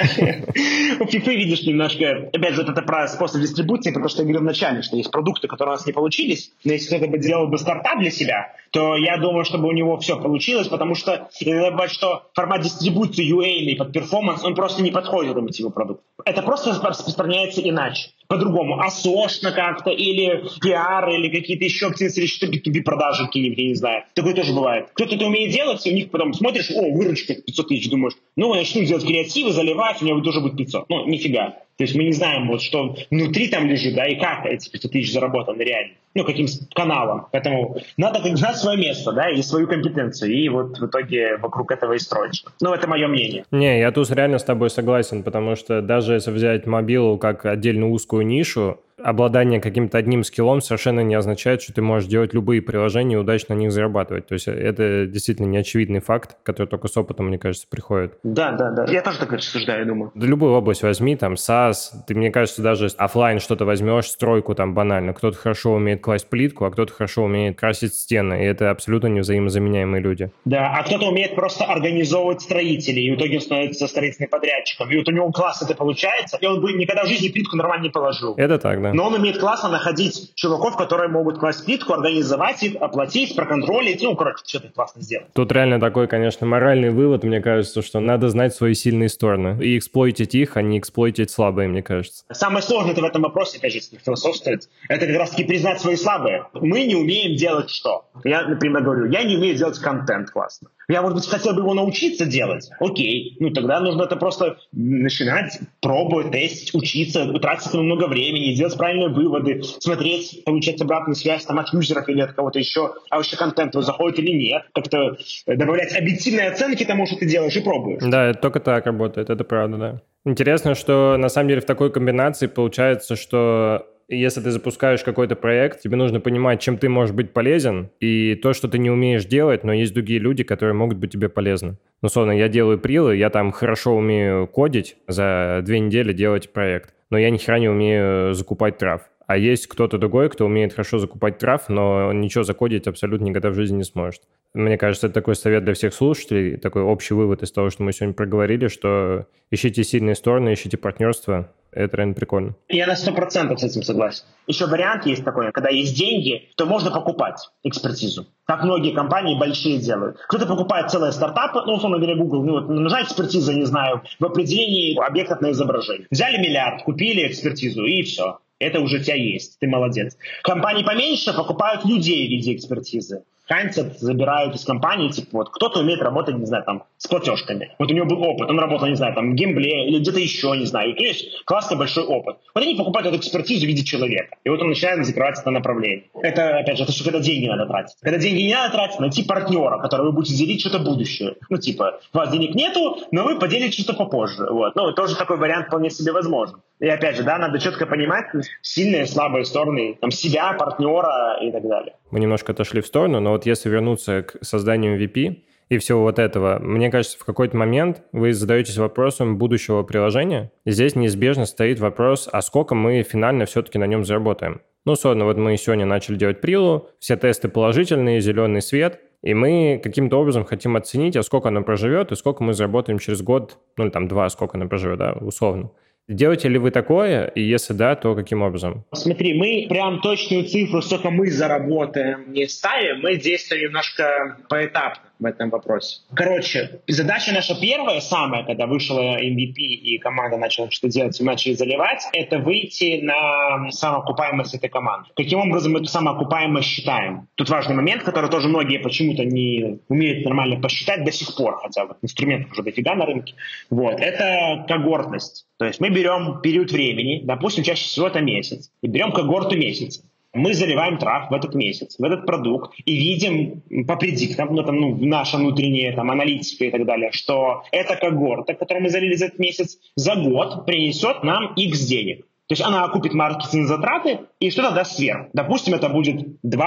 Speaker 1: У FIFA, видишь, немножко... Опять же, это про способ дистрибуции, потому что я говорил вначале, что есть продукты, которые у нас не получились, но если кто-то бы делал бы стартап для себя, то я думаю, чтобы у него все получилось, потому что иногда бывает, что формат дистрибуции UA под перформанс, он просто не подходит этому типу продукта. Это просто распространяется иначе, по-другому, асошно как-то, или пиар, или какие-то еще акции, или что-то, B2B-продажи какие-нибудь, я не знаю. Такое тоже бывает. Кто-то это умеет делать, и у них потом смотришь, выручка 500 тысяч, думаешь, я начну делать креативы, заливать, у меня тоже будет 500. Нифига. То есть мы не знаем, вот что внутри там лежит, да, и как эти 500 тысяч заработаны реально. Каким каналом. Поэтому надо знать свое место, да, и свою компетенцию, и вот в итоге вокруг этого и строить. Это мое мнение.
Speaker 3: Не, я тут реально с тобой согласен, потому что даже если взять мобилу как отдельно узкую нишу, обладание каким-то одним скиллом совершенно не означает, что ты можешь делать любые приложения и удачно на них зарабатывать. То есть это действительно неочевидный факт, который только с опытом, мне кажется, приходит.
Speaker 1: Да. Я тоже так рассуждаю, думаю.
Speaker 3: Да, любую область возьми, там, SaaS, ты, мне кажется, даже офлайн что-то возьмешь, стройку там банально. Кто-то хорошо умеет класть плитку, а кто-то хорошо умеет красить стены, и это абсолютно не взаимозаменяемые люди.
Speaker 1: Да, а кто-то умеет просто организовывать строителей, и в итоге он становится строительным подрядчиком, и вот у него классно это получается, и он бы никогда в жизни плитку нормально не положил.
Speaker 3: Это так, да.
Speaker 1: Но он умеет классно находить чуваков, которые могут класть плитку, организовать их, оплатить, проконтролить, что-то классно сделать.
Speaker 3: Тут реально такой, конечно, моральный вывод, мне кажется, что надо знать свои сильные стороны и эксплойтить их, а не эксплойтить слабые, мне кажется.
Speaker 1: Самое сложное в этом вопросе, опять же, если философствовать, это как раз-таки признать свои слабые. Мы не умеем делать что? Я, например, говорю, я не умею делать контент классно. Я, может быть, хотел бы его научиться делать. Окей. Тогда нужно это просто начинать, пробовать, тестить, учиться, тратить этому много времени, делать правильные выводы, смотреть, получать обратную связь там, от юзеров или от кого-то еще, а вообще контент его заходит или нет. Как-то добавлять объективные оценки тому, что ты делаешь, и пробуешь.
Speaker 3: Да, это только так работает, это правда, да. Интересно, что на самом деле в такой комбинации получается, что если ты запускаешь какой-то проект, тебе нужно понимать, чем ты можешь быть полезен, и то, что ты не умеешь делать, но есть другие люди, которые могут быть тебе полезны. Условно, я делаю прилы, я там хорошо умею кодить, за 2 недели делать проект, но я ни хера не умею закупать трав. А есть кто-то другой, кто умеет хорошо закупать трав, но ничего закодить абсолютно никогда в жизни не сможет. Мне кажется, это такой совет для всех слушателей, такой общий вывод из того, что мы сегодня проговорили, что ищите сильные стороны, ищите партнерство. Это реально прикольно.
Speaker 1: Я на 100% с этим согласен. Еще вариант есть такой, когда есть деньги, то можно покупать экспертизу. Как многие компании большие делают. Кто-то покупает целые стартапы, условно говоря, Google, нужна экспертиза, не знаю, в определении объектов на изображение. Взяли миллиард, купили экспертизу, и все. Это уже у тебя есть, ты молодец. Компании поменьше покупают людей в виде экспертизы. Концепт забирают из компании, кто-то умеет работать, не знаю, там, с платежками. Вот у него был опыт, он работал, не знаю, там, в геймплее или где-то еще, не знаю. И, конечно, классный большой опыт. Вот они покупают эту экспертизу в виде человека. И вот он начинает закрывать это направление. Это, опять же, это что, когда деньги надо тратить. Когда деньги не надо тратить, найти партнера, который вы будете делить что-то будущее. У вас денег нету, но вы поделите что-то попозже. Тоже такой вариант вполне себе возможен. И опять же, надо четко понимать сильные и слабые стороны себя, партнера и так далее.
Speaker 3: Мы немножко отошли в сторону, но вот если вернуться к созданию MVP и всего вот этого, мне кажется, в какой-то момент вы задаетесь вопросом будущего приложения, и здесь неизбежно стоит вопрос, а сколько мы финально все-таки на нем заработаем. Условно, мы сегодня начали делать прилу, все тесты положительные, зеленый свет, и мы каким-то образом хотим оценить, а сколько она проживет, и сколько мы заработаем через год, или 2, сколько она проживет, да, условно. Делаете ли вы такое? И если да, то каким образом?
Speaker 1: Смотри, мы прям точную цифру, сколько мы заработаем, не ставим. Мы действуем немножко поэтапно в этом вопросе. Короче, задача наша первая, самая, когда вышла MVP и команда начала что делать, и начали заливать, это выйти на самоокупаемость этой команды. Каким образом мы эту самоокупаемость считаем? Тут важный момент, который тоже многие почему-то не умеют нормально посчитать до сих пор, хотя бы инструментов уже дофига на рынке. Вот. Это когортность. То есть мы берем период времени, допустим, чаще всего это месяц, и берем когорту месяца. Мы заливаем трав в этот месяц, в этот продукт, и видим по предиктам, наша внутренняя аналитика и так далее, что эта когорта, которую мы залили за этот месяц, за год принесет нам X денег. То есть она окупит маркетинг затраты и что-то даст сверху. Допустим, это будет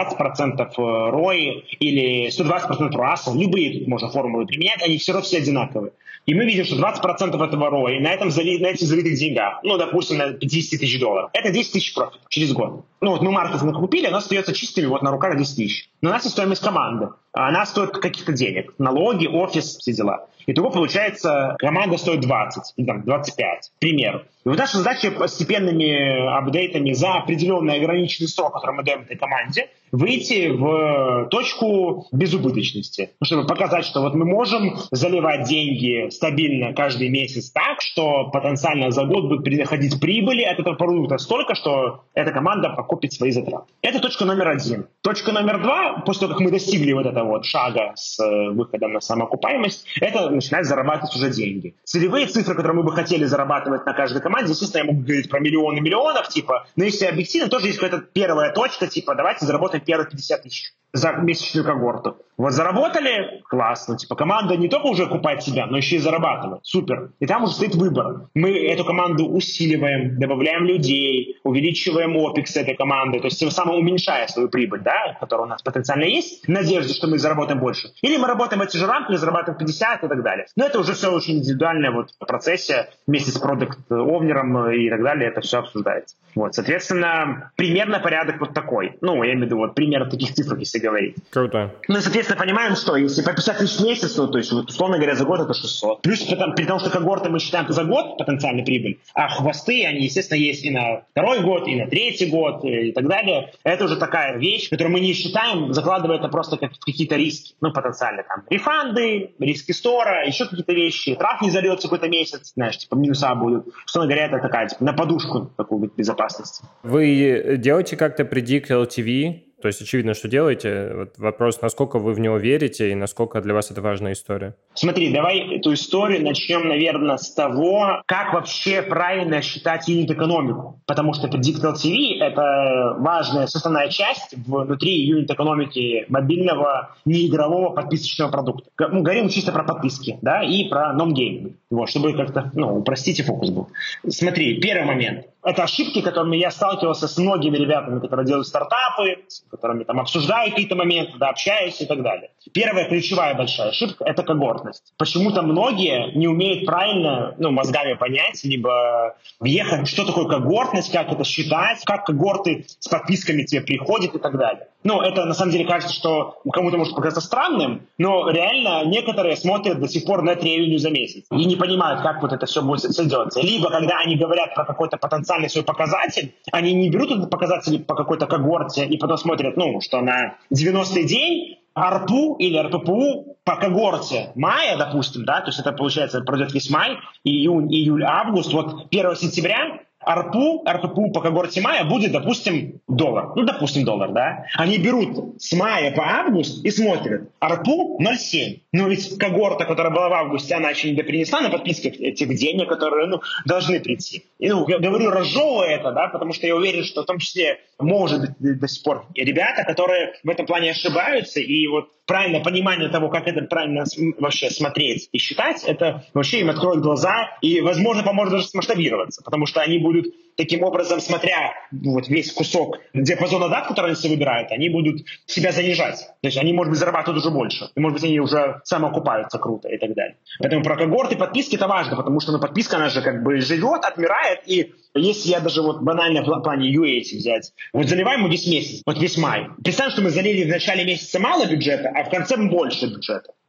Speaker 1: 20% ROI или 120% ROAS. Любые тут можно формулы применять, они все равно все одинаковые. И мы видим, что 20% этого ROI на этих залитых деньгах, допустим, на $50 тысяч, это 10 тысяч профит через год. Мы маркетинг купили, оно остается чистыми на руках 10 тысяч. Но у нас есть стоимость команды. Она стоит каких-то денег. Налоги, офис, все дела. Итого получается, команда стоит 20 или 25, к примеру. И вот наша задача постепенными апдейтами за определенный ограниченный срок, который мы даем этой команде, выйти в точку безубыточности. Чтобы показать, что мы можем заливать деньги стабильно каждый месяц так, что потенциально за год будет приходить прибыли от этого продукта столько, что эта команда покупит свои затраты. Это точка номер 1. Точка номер 2, после того, как мы достигли этого шага с выходом на самоокупаемость, это начинать зарабатывать уже деньги. Целевые цифры, которые мы бы хотели зарабатывать на каждой команде, естественно, я могу говорить про миллионы миллионов, но если объективно, тоже есть какая-то первая точка, давайте заработаем первые 50 тысяч за месячную когорту. Заработали? Классно. Команда не только уже окупает себя, но еще и зарабатывает. Супер. И там уже стоит выбор. Мы эту команду усиливаем, добавляем людей, увеличиваем OPEX этой команды, то есть тем самым уменьшая свою прибыль, которая у нас потенциально есть, в надежде, что мы заработаем больше. Или мы работаем в эти же рамки, или зарабатываем 50 и так далее. Но это уже все очень индивидуально в процессе, вместе с продакт-овнером и так далее, это все обсуждается. Соответственно, примерно порядок такой. Я имею в виду пример таких цифр, если говорить.
Speaker 3: Круто.
Speaker 1: Соответственно, понимаем, что если по 50 тысяч в месяц, то есть, условно говоря, за год это 600. Плюс при том, что когорты мы считаем за год потенциальной прибыль, а хвосты, они, естественно, есть и на второй год, и на третий год, и так далее. Это уже такая вещь, которую мы не считаем, закладывая это просто как какие-то риски. Потенциально рефанды, риски стора, еще какие-то вещи. Трав не зальется какой-то месяц, минуса будут. Условно говоря, это такая, на подушку такую безопасности.
Speaker 3: Вы делаете как-то predict LTV? То есть очевидно, что делаете. Вопрос, насколько вы в него верите и насколько для вас это важная история?
Speaker 1: Смотри, давай эту историю начнем, наверное, с того, как вообще правильно считать юнит-экономику. Потому что Predict LTV — это важная составная часть внутри юнит-экономики мобильного неигрового подписочного продукта. Говорим чисто про подписки, и про non-game. Чтобы как-то упростить и фокус был. Смотри, первый момент. Это ошибки, которыми я сталкивался с многими ребятами, которые делают стартапы, с которыми обсуждаю какие-то моменты, общаюсь и так далее. Первая ключевая большая ошибка — это когортность. Почему-то многие не умеют правильно мозгами понять, либо въехать, что такое когортность, как это считать, как когорты с подписками тебе приходят и так далее. Это на самом деле кажется, что кому-то может показаться странным, но реально некоторые смотрят до сих пор net revenue за месяц и не понимают, как это все будет делаться. Либо, когда они говорят про какой-то потенциальный свой показатель, они не берут этот показатель по какой-то когорте и потом смотрят, что на 90-й день ARPU или RPPU по когорте мая, допустим, то есть это получается пройдет весь май, июль, август, 1 сентября RPPU по когорте мая будет, допустим, $1. Допустим, $1, Они берут с мая по август и смотрят. RPPU 0,7. Но ведь когорта, которая была в августе, она еще не допринесла на подписке этих денег, которые должны прийти. И, говорю, разжевывая это, потому что я уверен, что в том числе может быть до сих пор ребята, которые в этом плане ошибаются, и правильное понимание того, как это правильно вообще смотреть и считать, это вообще им откроет глаза и, возможно, поможет даже смасштабироваться, потому что они будут таким образом, смотря весь кусок диапазона дат, который они себе выбирают, они будут себя занижать. То есть они, может быть, зарабатывают уже больше. И, может быть, они уже самоокупаются круто и так далее. Поэтому про когорты, подписки это важно, потому что подписка, она же живет, отмирает. И если я даже банально в плане UA взять, заливаем мы весь месяц, весь май. Представим, что мы залили в начале месяца мало бюджета, а в конце больше бюджета.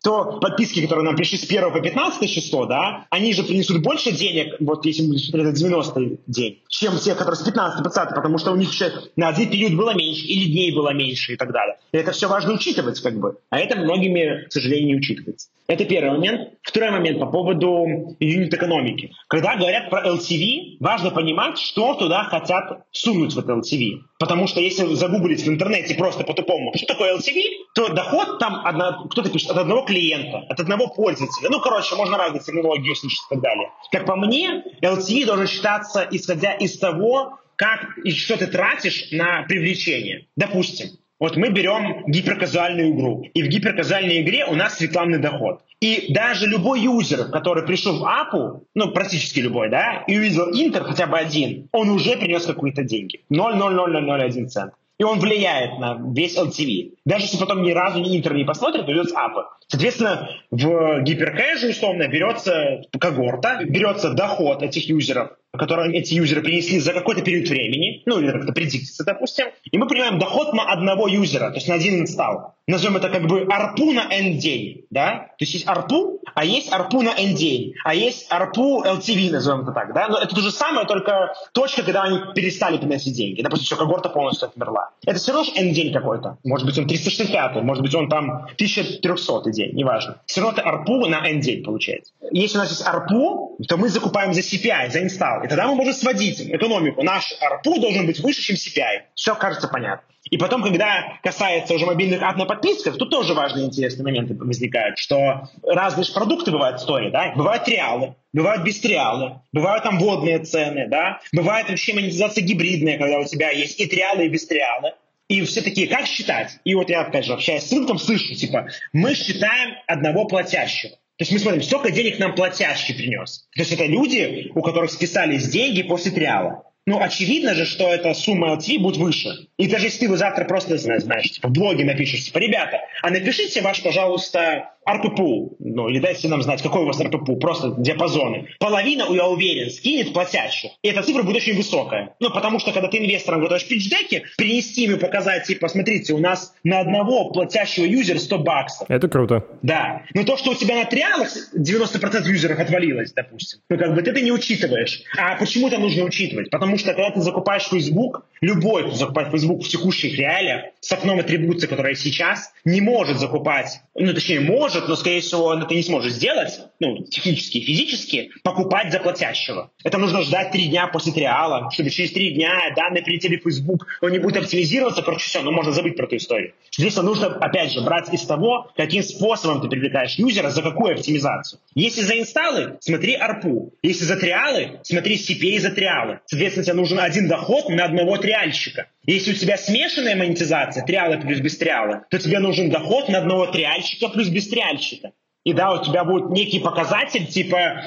Speaker 1: то подписки, которые нам пришли с 1 по 15 число, да, они же принесут больше денег, вот если мы будем смотреть на 90-й день, чем те, которые с 15 по 20, потому что у них еще на один период было меньше, или дней было меньше и так далее. И это все важно учитывать, как бы. А это многими, к сожалению, не учитывается. Это первый момент. Второй момент по поводу юнит-экономики. Когда говорят про LTV, важно понимать, что туда хотят сунуть в это LTV. Потому что если загуглить в интернете просто по-тупому, что такое LTV, то доход там, кто-то пишет, от одного клиента, от одного пользователя. Ну, короче, можно разные терминологии услышать и так далее. Как по мне, LTV должен считаться, исходя из того, как и что ты тратишь на привлечение. Допустим, вот мы берем гиперказуальную игру, и в гиперказуальной игре у нас рекламный доход. И даже любой юзер, который пришел в апу, ну, практически любой, да, и увидел Интер хотя бы один, он уже принес какие-то деньги. 0,00001 цент. И он влияет на весь LTV. Даже если потом ни разу ни Интер не посмотрит, придет с апа. Соответственно, в гиперкэже условно берется когорта, берется доход этих юзеров, которые эти юзеры принесли за какой-то период времени, ну или как-то предиктится, допустим, и мы понимаем доход на одного юзера, то есть на один инсталл. Назовем это как бы ARPU на N день, да? То есть ARPU, а есть ARPU на N день, а есть ARPU LTV, назовем это так, да? Но это то же самое, только точка, когда они перестали приносить деньги. Допустим, все, когорта полностью отмерла. Это все равно N день какой-то. Может быть, он 365, может быть, он там 1300 день, неважно. Все равно это ARPU на N день получается. Если у нас есть ARPU, то мы закупаем за CPI, за инсталл. И тогда мы можем сводить экономику. Наш ARPU должен быть выше, чем CPI. Все кажется понятно. И потом, когда касается уже мобильных ап на подписках, тут тоже важные интересные моменты возникают, что разные же продукты бывают в сторе, да? Бывают триалы, бывают без триалы, бывают там вводные цены, да? Бывает вообще монетизация гибридная, когда у тебя есть и триалы, и без триалы. И все такие, как считать? И вот я, опять же, общаясь с рынком, слышу, типа, мы считаем одного платящего. То есть мы смотрим, сколько денег нам платящий принес. То есть это люди, у которых списались деньги после триала. Ну, очевидно же, что эта сумма LTV будет выше. И даже если ты завтра просто, знаешь, типа, в блоге напишешь, типа, ребята, а напишите ваш, пожалуйста, ARPU, ну, или дайте нам знать, какой у вас ARPU, просто диапазоны. Половина, я уверен, скинет платящих. И эта цифра будет очень высокая. Ну, потому что, когда ты инвесторам готовишь питч-деки, принести им и показать, типа, смотрите, у нас на одного платящего юзера $100.
Speaker 3: Это круто.
Speaker 1: Да. Но то, что у тебя на триалах 90% юзеров отвалилось, допустим, ну, как бы ты это не учитываешь. А почему это нужно учитывать? Потому что, когда ты закупаешь Facebook, любой, кто закупает Facebook в текущих реалиях, с окном атрибуции, которая сейчас, не может закупать, ну, точнее, может, но, скорее всего, он это не сможет сделать, ну, технически и физически, покупать за платящего. Это нужно ждать 3 дня после триала, чтобы через 3 дня данные прилетели в Facebook, он не будет оптимизироваться, короче, все, ну, можно забыть про эту историю. Здесь нужно, опять же, брать из того, каким способом ты привлекаешь юзера, за какую оптимизацию. Если за инсталлы, смотри ARPU. Если за триалы, смотри CPA за триалы. Соответственно, тебе нужен один доход на одного триальщика. Если у тебя смешанная монетизация, триалы плюс без триала, то тебе нужен доход на одного триальщика плюс без триальщика. И да, у тебя будет некий показатель типа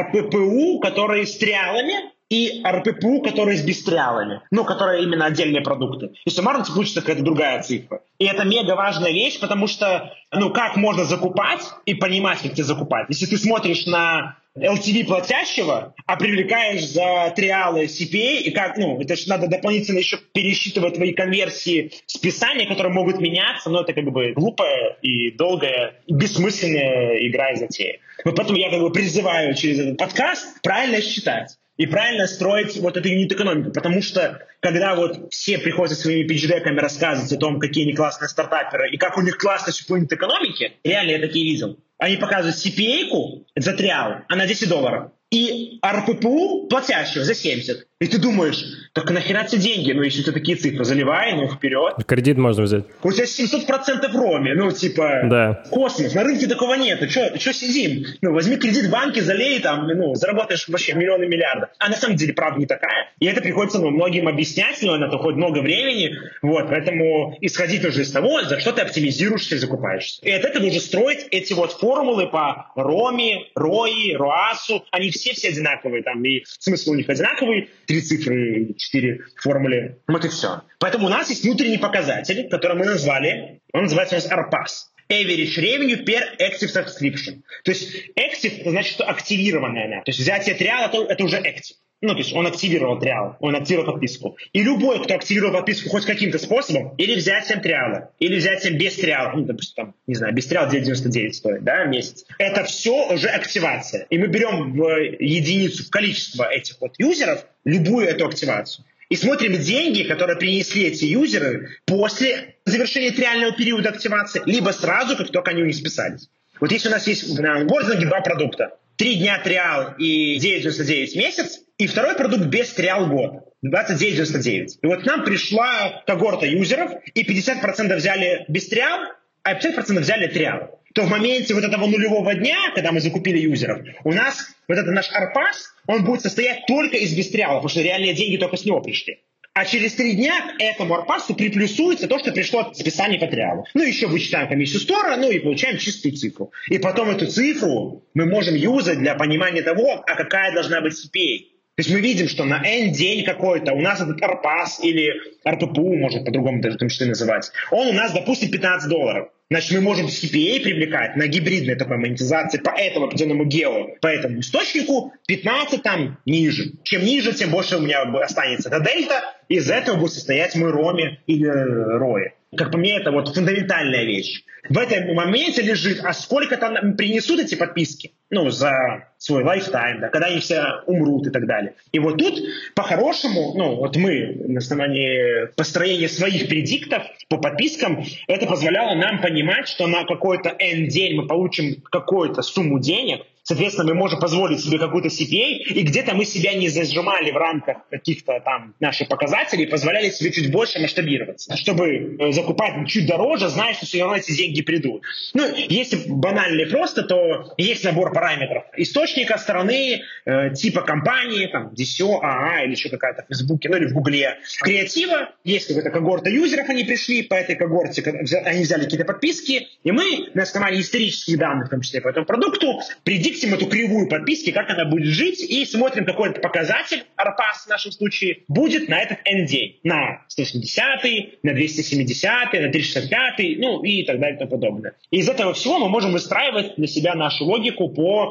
Speaker 1: RPPU, который с триалами, и RPPU, который с бестриалами, ну, которые именно отдельные продукты. И суммарно получится какая-то другая цифра. И это мега важная вещь, потому что, ну, как можно закупать и понимать, как тебе закупать. Если ты смотришь на LTV платящего, а привлекаешь за триалы CPA, и как, ну, это же надо дополнительно еще пересчитывать твои конверсии списания, которые могут меняться, но это как бы глупая и долгая, и бессмысленная игра и затея. Вот поэтому я как бы призываю через этот подкаст правильно считать. И правильно строить вот эту юнит-экономику. Потому что, когда вот все приходят со своими питч-деками рассказывать о том, какие они классные стартаперы, и как у них классно все по юнит-экономике, реально я такие видел. Они показывают CPA-ку за триал, она $10. И RPPU платящего за 70. И ты думаешь, так нахера тебе деньги? Ну, если ты такие цифры, заливай, ну, вперед.
Speaker 3: Кредит можно взять.
Speaker 1: У тебя 700% в роме, ну, типа,
Speaker 3: да.
Speaker 1: Космос. На рынке такого нет. Что сидим? Ну, возьми кредит в банке, залей там, ну, заработаешь вообще миллионы, миллиарды. А на самом деле, правда, не такая. И это приходится, ну, многим объяснять, но на это уходит много времени. Вот, поэтому исходить нужно из того, за что ты оптимизируешься и закупаешься. И от этого нужно строить эти вот формулы по роме, рои, роасу. Они все одинаковые, там, и смысл у них одинаковый, 3 цифры, 4 формулы, вот и все. Поэтому у нас есть внутренний показатель, который мы назвали, он называется у нас ARPAS. Average Revenue per Active Subscription. То есть Active, это значит, что активированная она. То есть взятие триала, это уже Active. Ну, то есть он активировал триал, он активировал подписку. И любой, кто активировал подписку хоть каким-то способом, или взять 7 триала, или взять 7 без триала, ну, допустим, там, не знаю, без триала 9,99 стоит, да, в месяц. Это все уже активация. И мы берем в единицу, в количество этих вот юзеров любую эту активацию. И смотрим деньги, которые принесли эти юзеры после завершения триального периода активации, либо сразу, как только они у них списались. Вот если у нас есть на онбординге 2 продукта, 3 дня триал и 9,99 месяц, и второй продукт без триал год, 29,99. И вот к нам пришла когорта юзеров, и 50% взяли без триал, а 50% взяли триал. То в моменте вот этого нулевого дня, когда мы закупили юзеров, у нас вот этот наш ARPAS, он будет состоять только из без триала, потому что реальные деньги только с него пришли. А через 3 дня к этому ARPAS приплюсуется то, что пришло от списания по триалу. Ну, еще вычитаем комиссию стора, ну и получаем чистую цифру. И потом эту цифру мы можем юзать для понимания того, а какая должна быть CPA. То есть мы видим, что на N день какой-то у нас этот ARPAS или RPPU, можно по-другому даже в том числе называть, он у нас, допустим, $15. Значит, мы можем CPA привлекать на гибридной такой монетизации по этому определенному гео, по этому источнику 15 там ниже. Чем ниже, тем больше у меня останется эта дельта, из этого будет состоять мой роми или рои. Как по мне, это вот фундаментальная вещь. В этом моменте лежит, а сколько там принесут эти подписки, ну, за свой лайфтайм, да, когда они все умрут и так далее. И вот тут, по-хорошему, ну, вот мы на основании построения своих предиктов по подпискам, это позволяло нам понимать, что на какой-то N день мы получим какую-то сумму денег, соответственно, мы можем позволить себе какую-то CPA, и где-то мы себя не зажимали в рамках каких-то там наших показателей, позволяли себе чуть больше масштабироваться, чтобы закупать чуть дороже, зная, что все равно эти деньги придут. Ну, если банально и просто, то есть набор параметров источника, стороны, типа компании, там, DSO, АА или еще какая-то в Фейсбуке, ну или в Гугле. Креатива, есть какая-то когорта юзеров, они пришли, по этой когорте они взяли какие-то подписки, и мы на основании исторических данных, в том числе по этому продукту, предиктим эту кривую подписки, как она будет жить, и смотрим, какой этот показатель, ARPAS в нашем случае, будет на этот N-день, на 170, на 270, на 365, ну и так далее и тому подобное. И из этого всего мы можем выстраивать для себя нашу логику по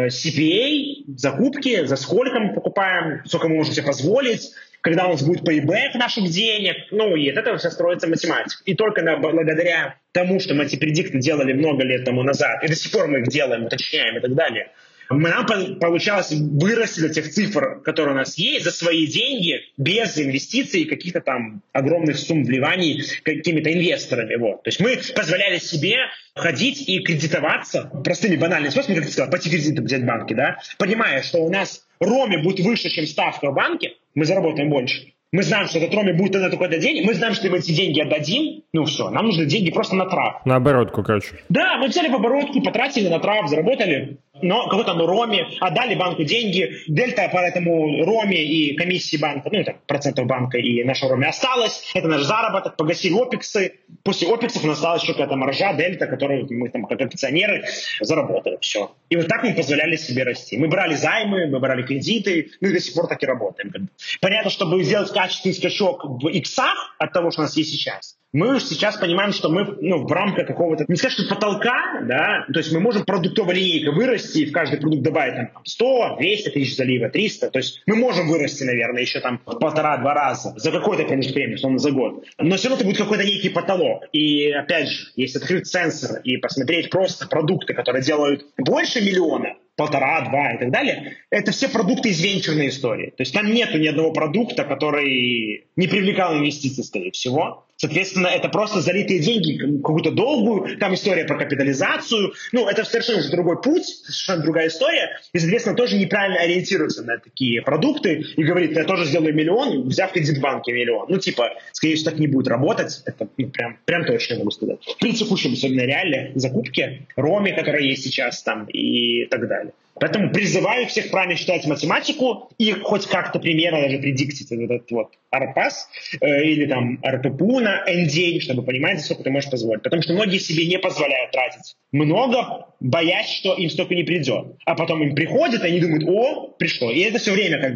Speaker 1: CPA, закупки, за сколько мы покупаем, сколько мы можем себе позволить, когда у нас будет payback наших денег, ну и от этого все строится математика. И только благодаря тому, что мы эти предикты делали много лет тому назад, и до сих пор мы их делаем, уточняем и так далее, нам получалось вырасти до тех цифр, которые у нас есть, за свои деньги, без инвестиций и каких-то там огромных сумм вливаний какими-то инвесторами. Вот. То есть мы позволяли себе ходить и кредитоваться простыми банальными способами, как ты сказал, пойти кредиты взять в банке, да, понимая, что у нас роми будет выше, чем ставка в банке, мы заработаем больше. Мы знаем, что этот роми будет на такой-то день, мы знаем, что мы эти деньги отдадим, ну все, нам нужны деньги просто на трав.
Speaker 3: На оборотку, короче.
Speaker 1: Да, мы взяли в оборотку, потратили на трав, заработали, но какой-то роми, отдали банку деньги, дельта по этому роми и комиссии банка, ну, там, процентов банка и нашего роми осталось, это наш заработок, погасили опексы, после опексов у нас осталась еще какая-то маржа, дельта, которую мы там как акционеры заработали, все. И вот так мы позволяли себе расти. Мы брали займы, мы брали кредиты, мы до сих пор так и работаем. Понятно, чтобы сделать качественный скачок в иксах от того, что у нас есть сейчас, мы уже сейчас понимаем, что мы в рамках какого-то, не сказать, что потолка, да, то есть мы можем продуктовой линейкой вырасти и в каждый продукт добавить там 100, 200 тысяч залива, 300, то есть мы можем вырасти, наверное, еще там в 1,5-2 раза за какой-то промежуток времени, условно за год, но все равно это будет какой-то некий потолок. И опять же, если открыть сенсор и посмотреть просто продукты, которые делают больше миллиона, 1,5, 2 и так далее, это все продукты из венчурной истории. То есть там нету ни одного продукта, который не привлекал инвестиций, скорее всего. Соответственно, это просто залитые деньги, какую-то долгую, там история про капитализацию. Ну, это совершенно уже другой путь, совершенно другая история. И, соответственно, тоже неправильно ориентируется на такие продукты и говорит, я тоже сделаю миллион, взяв кредит в банке миллион. Ну, типа, скорее всего, так не будет работать. Это прям точно могу сказать. При текущем, особенно реальной закупке, роме, которая есть сейчас там и так далее. Поэтому призываю всех правильно читать математику и хоть как-то примерно даже предиктить этот вот ARPAS или там RPPU на N-день, чтобы понимать, за сколько ты можешь позволить. Потому что многие себе не позволяют тратить много, боясь, что им столько не придет. А потом им приходит, и они думают, о, пришло. И это все время как бы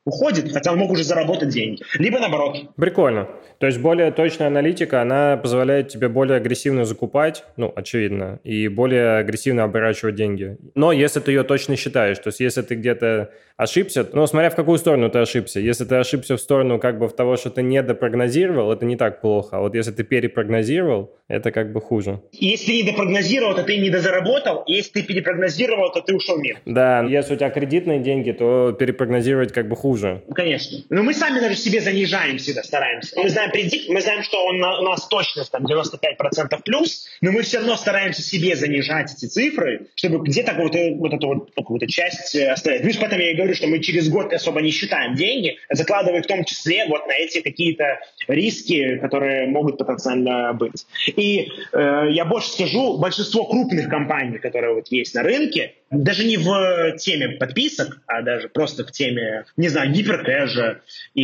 Speaker 1: уходит, хотя он мог уже заработать деньги. Либо наоборот.
Speaker 3: Прикольно. То есть более точная аналитика, она позволяет тебе более агрессивно закупать, очевидно, и более агрессивно оборачивать деньги. Но если ты ее точно считаешь, то есть если ты где-то ошибся, смотря в какую сторону ты ошибся. Если ты ошибся в сторону в того, что ты недопрогнозировал, это не так плохо. А вот если ты перепрогнозировал, это хуже.
Speaker 1: Если ты недопрогнозировал, то ты недозаработал. Если ты перепрогнозировал, то ты ушел в минус.
Speaker 3: Да, если у тебя кредитные деньги, то перепрогнозировать хуже.
Speaker 1: Конечно. Но мы сами даже себе занижаем всегда, стараемся. Мы знаем предикт, мы знаем, что у нас точность 95% плюс, но мы все равно стараемся себе занижать эти цифры, чтобы где-то эту какую-то часть оставить. Плюс потом я и говорю, что мы через год особо не считаем деньги, закладывая в том числе на эти какие-то риски, которые могут потенциально быть. И я больше скажу, большинство крупных компаний, которые есть на рынке, даже не в теме подписок, а даже просто в теме, не знаю, гиперкэша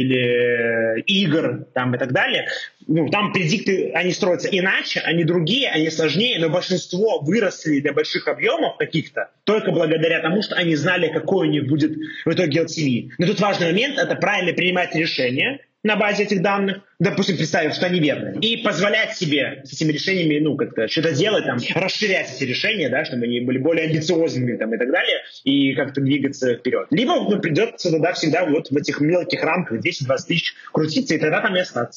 Speaker 1: или игр и так далее, там предикты, они строятся иначе, они другие, они сложнее, но большинство выросли до больших объемов каких-то только благодаря тому, что они знали, какой у них будет в итоге LTV. Но тут важный момент — это правильно принимать решения на базе этих данных, допустим, представив, что они верны, и позволять себе с этими решениями, что-то делать, расширять эти решения, да, чтобы они были более амбициозными и так далее, и как-то двигаться вперед. Либо придется тогда всегда в этих мелких рамках 10-20 тысяч крутиться, и тогда там и остаться.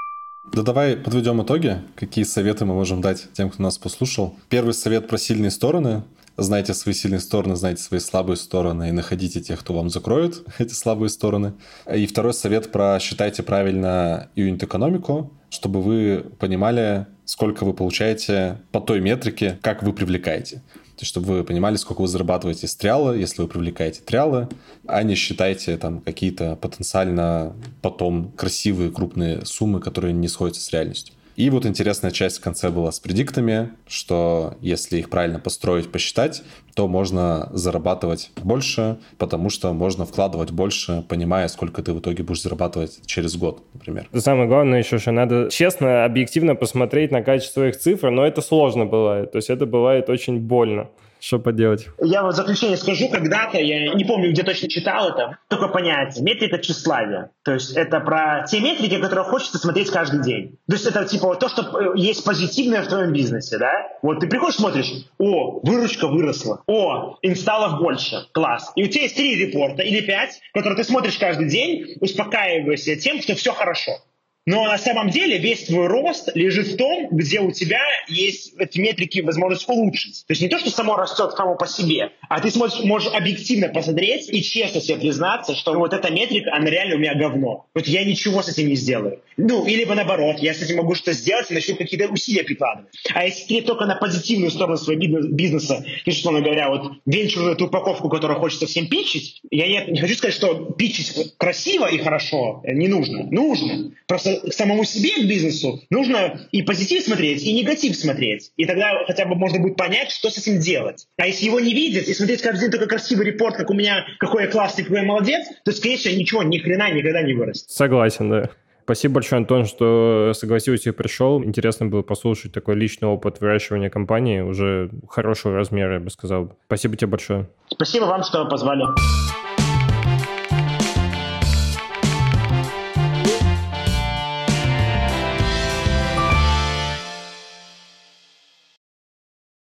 Speaker 2: Да давай подведем итоги. Какие советы мы можем дать тем, кто нас послушал? Первый совет про сильные стороны. Знайте свои сильные стороны, знайте свои слабые стороны и находите тех, кто вам закроет эти слабые стороны. И второй совет про считайте правильно юнит-экономику, чтобы вы понимали, сколько вы получаете по той метрике, как вы привлекаете. То есть, чтобы вы понимали, сколько вы зарабатываете с триала, если вы привлекаете триалы, а не считайте какие-то потенциально потом красивые крупные суммы, которые не сходятся с реальностью. И интересная часть в конце была с предиктами, что если их правильно построить, посчитать, то можно зарабатывать больше, потому что можно вкладывать больше, понимая, сколько ты в итоге будешь зарабатывать через год, например.
Speaker 3: Самое главное еще, что надо честно, объективно посмотреть на качество своих цифр, но это сложно бывает, то есть это бывает очень больно. Что поделать?
Speaker 1: Я в заключение скажу, когда-то, я не помню, где точно читал это, только понятие. Метрика тщеславия. То есть это про те метрики, которые хочется смотреть каждый день. То есть это то, что есть позитивное в твоем бизнесе, да? Ты приходишь, смотришь, выручка выросла, инсталлов больше, класс. И у тебя есть 3 репорта или 5, которые ты смотришь каждый день, успокаиваешься тем, что все хорошо. Но на самом деле весь твой рост лежит в том, где у тебя есть эти метрики возможность улучшить. То есть не то, что само растет само по себе, а ты можешь объективно посмотреть и честно себе признаться, что эта метрика, она реально у меня говно. Я ничего с этим не сделаю. Или наоборот, я с этим могу что-то сделать и начну какие-то усилия прикладывать. А если ты только на позитивную сторону своего бизнеса, условно говоря, венчурную эту упаковку, которую хочется всем питчить, я не хочу сказать, что питчить красиво и хорошо не нужно. Нужно. Просто к самому себе, к бизнесу, нужно и позитив смотреть, и негатив смотреть. И тогда хотя бы можно будет понять, что с этим делать. А если его не видеть и смотреть каждый день только красивый репорт, как у меня, какой я классный, какой я молодец, то, скорее всего, ничего, ни хрена никогда не вырастет.
Speaker 3: Согласен, да. Спасибо большое, Антон, что согласился и пришел. Интересно было послушать такой личный опыт выращивания компании, уже хорошего размера, я бы сказал. Спасибо тебе большое.
Speaker 1: Спасибо вам, что позвали.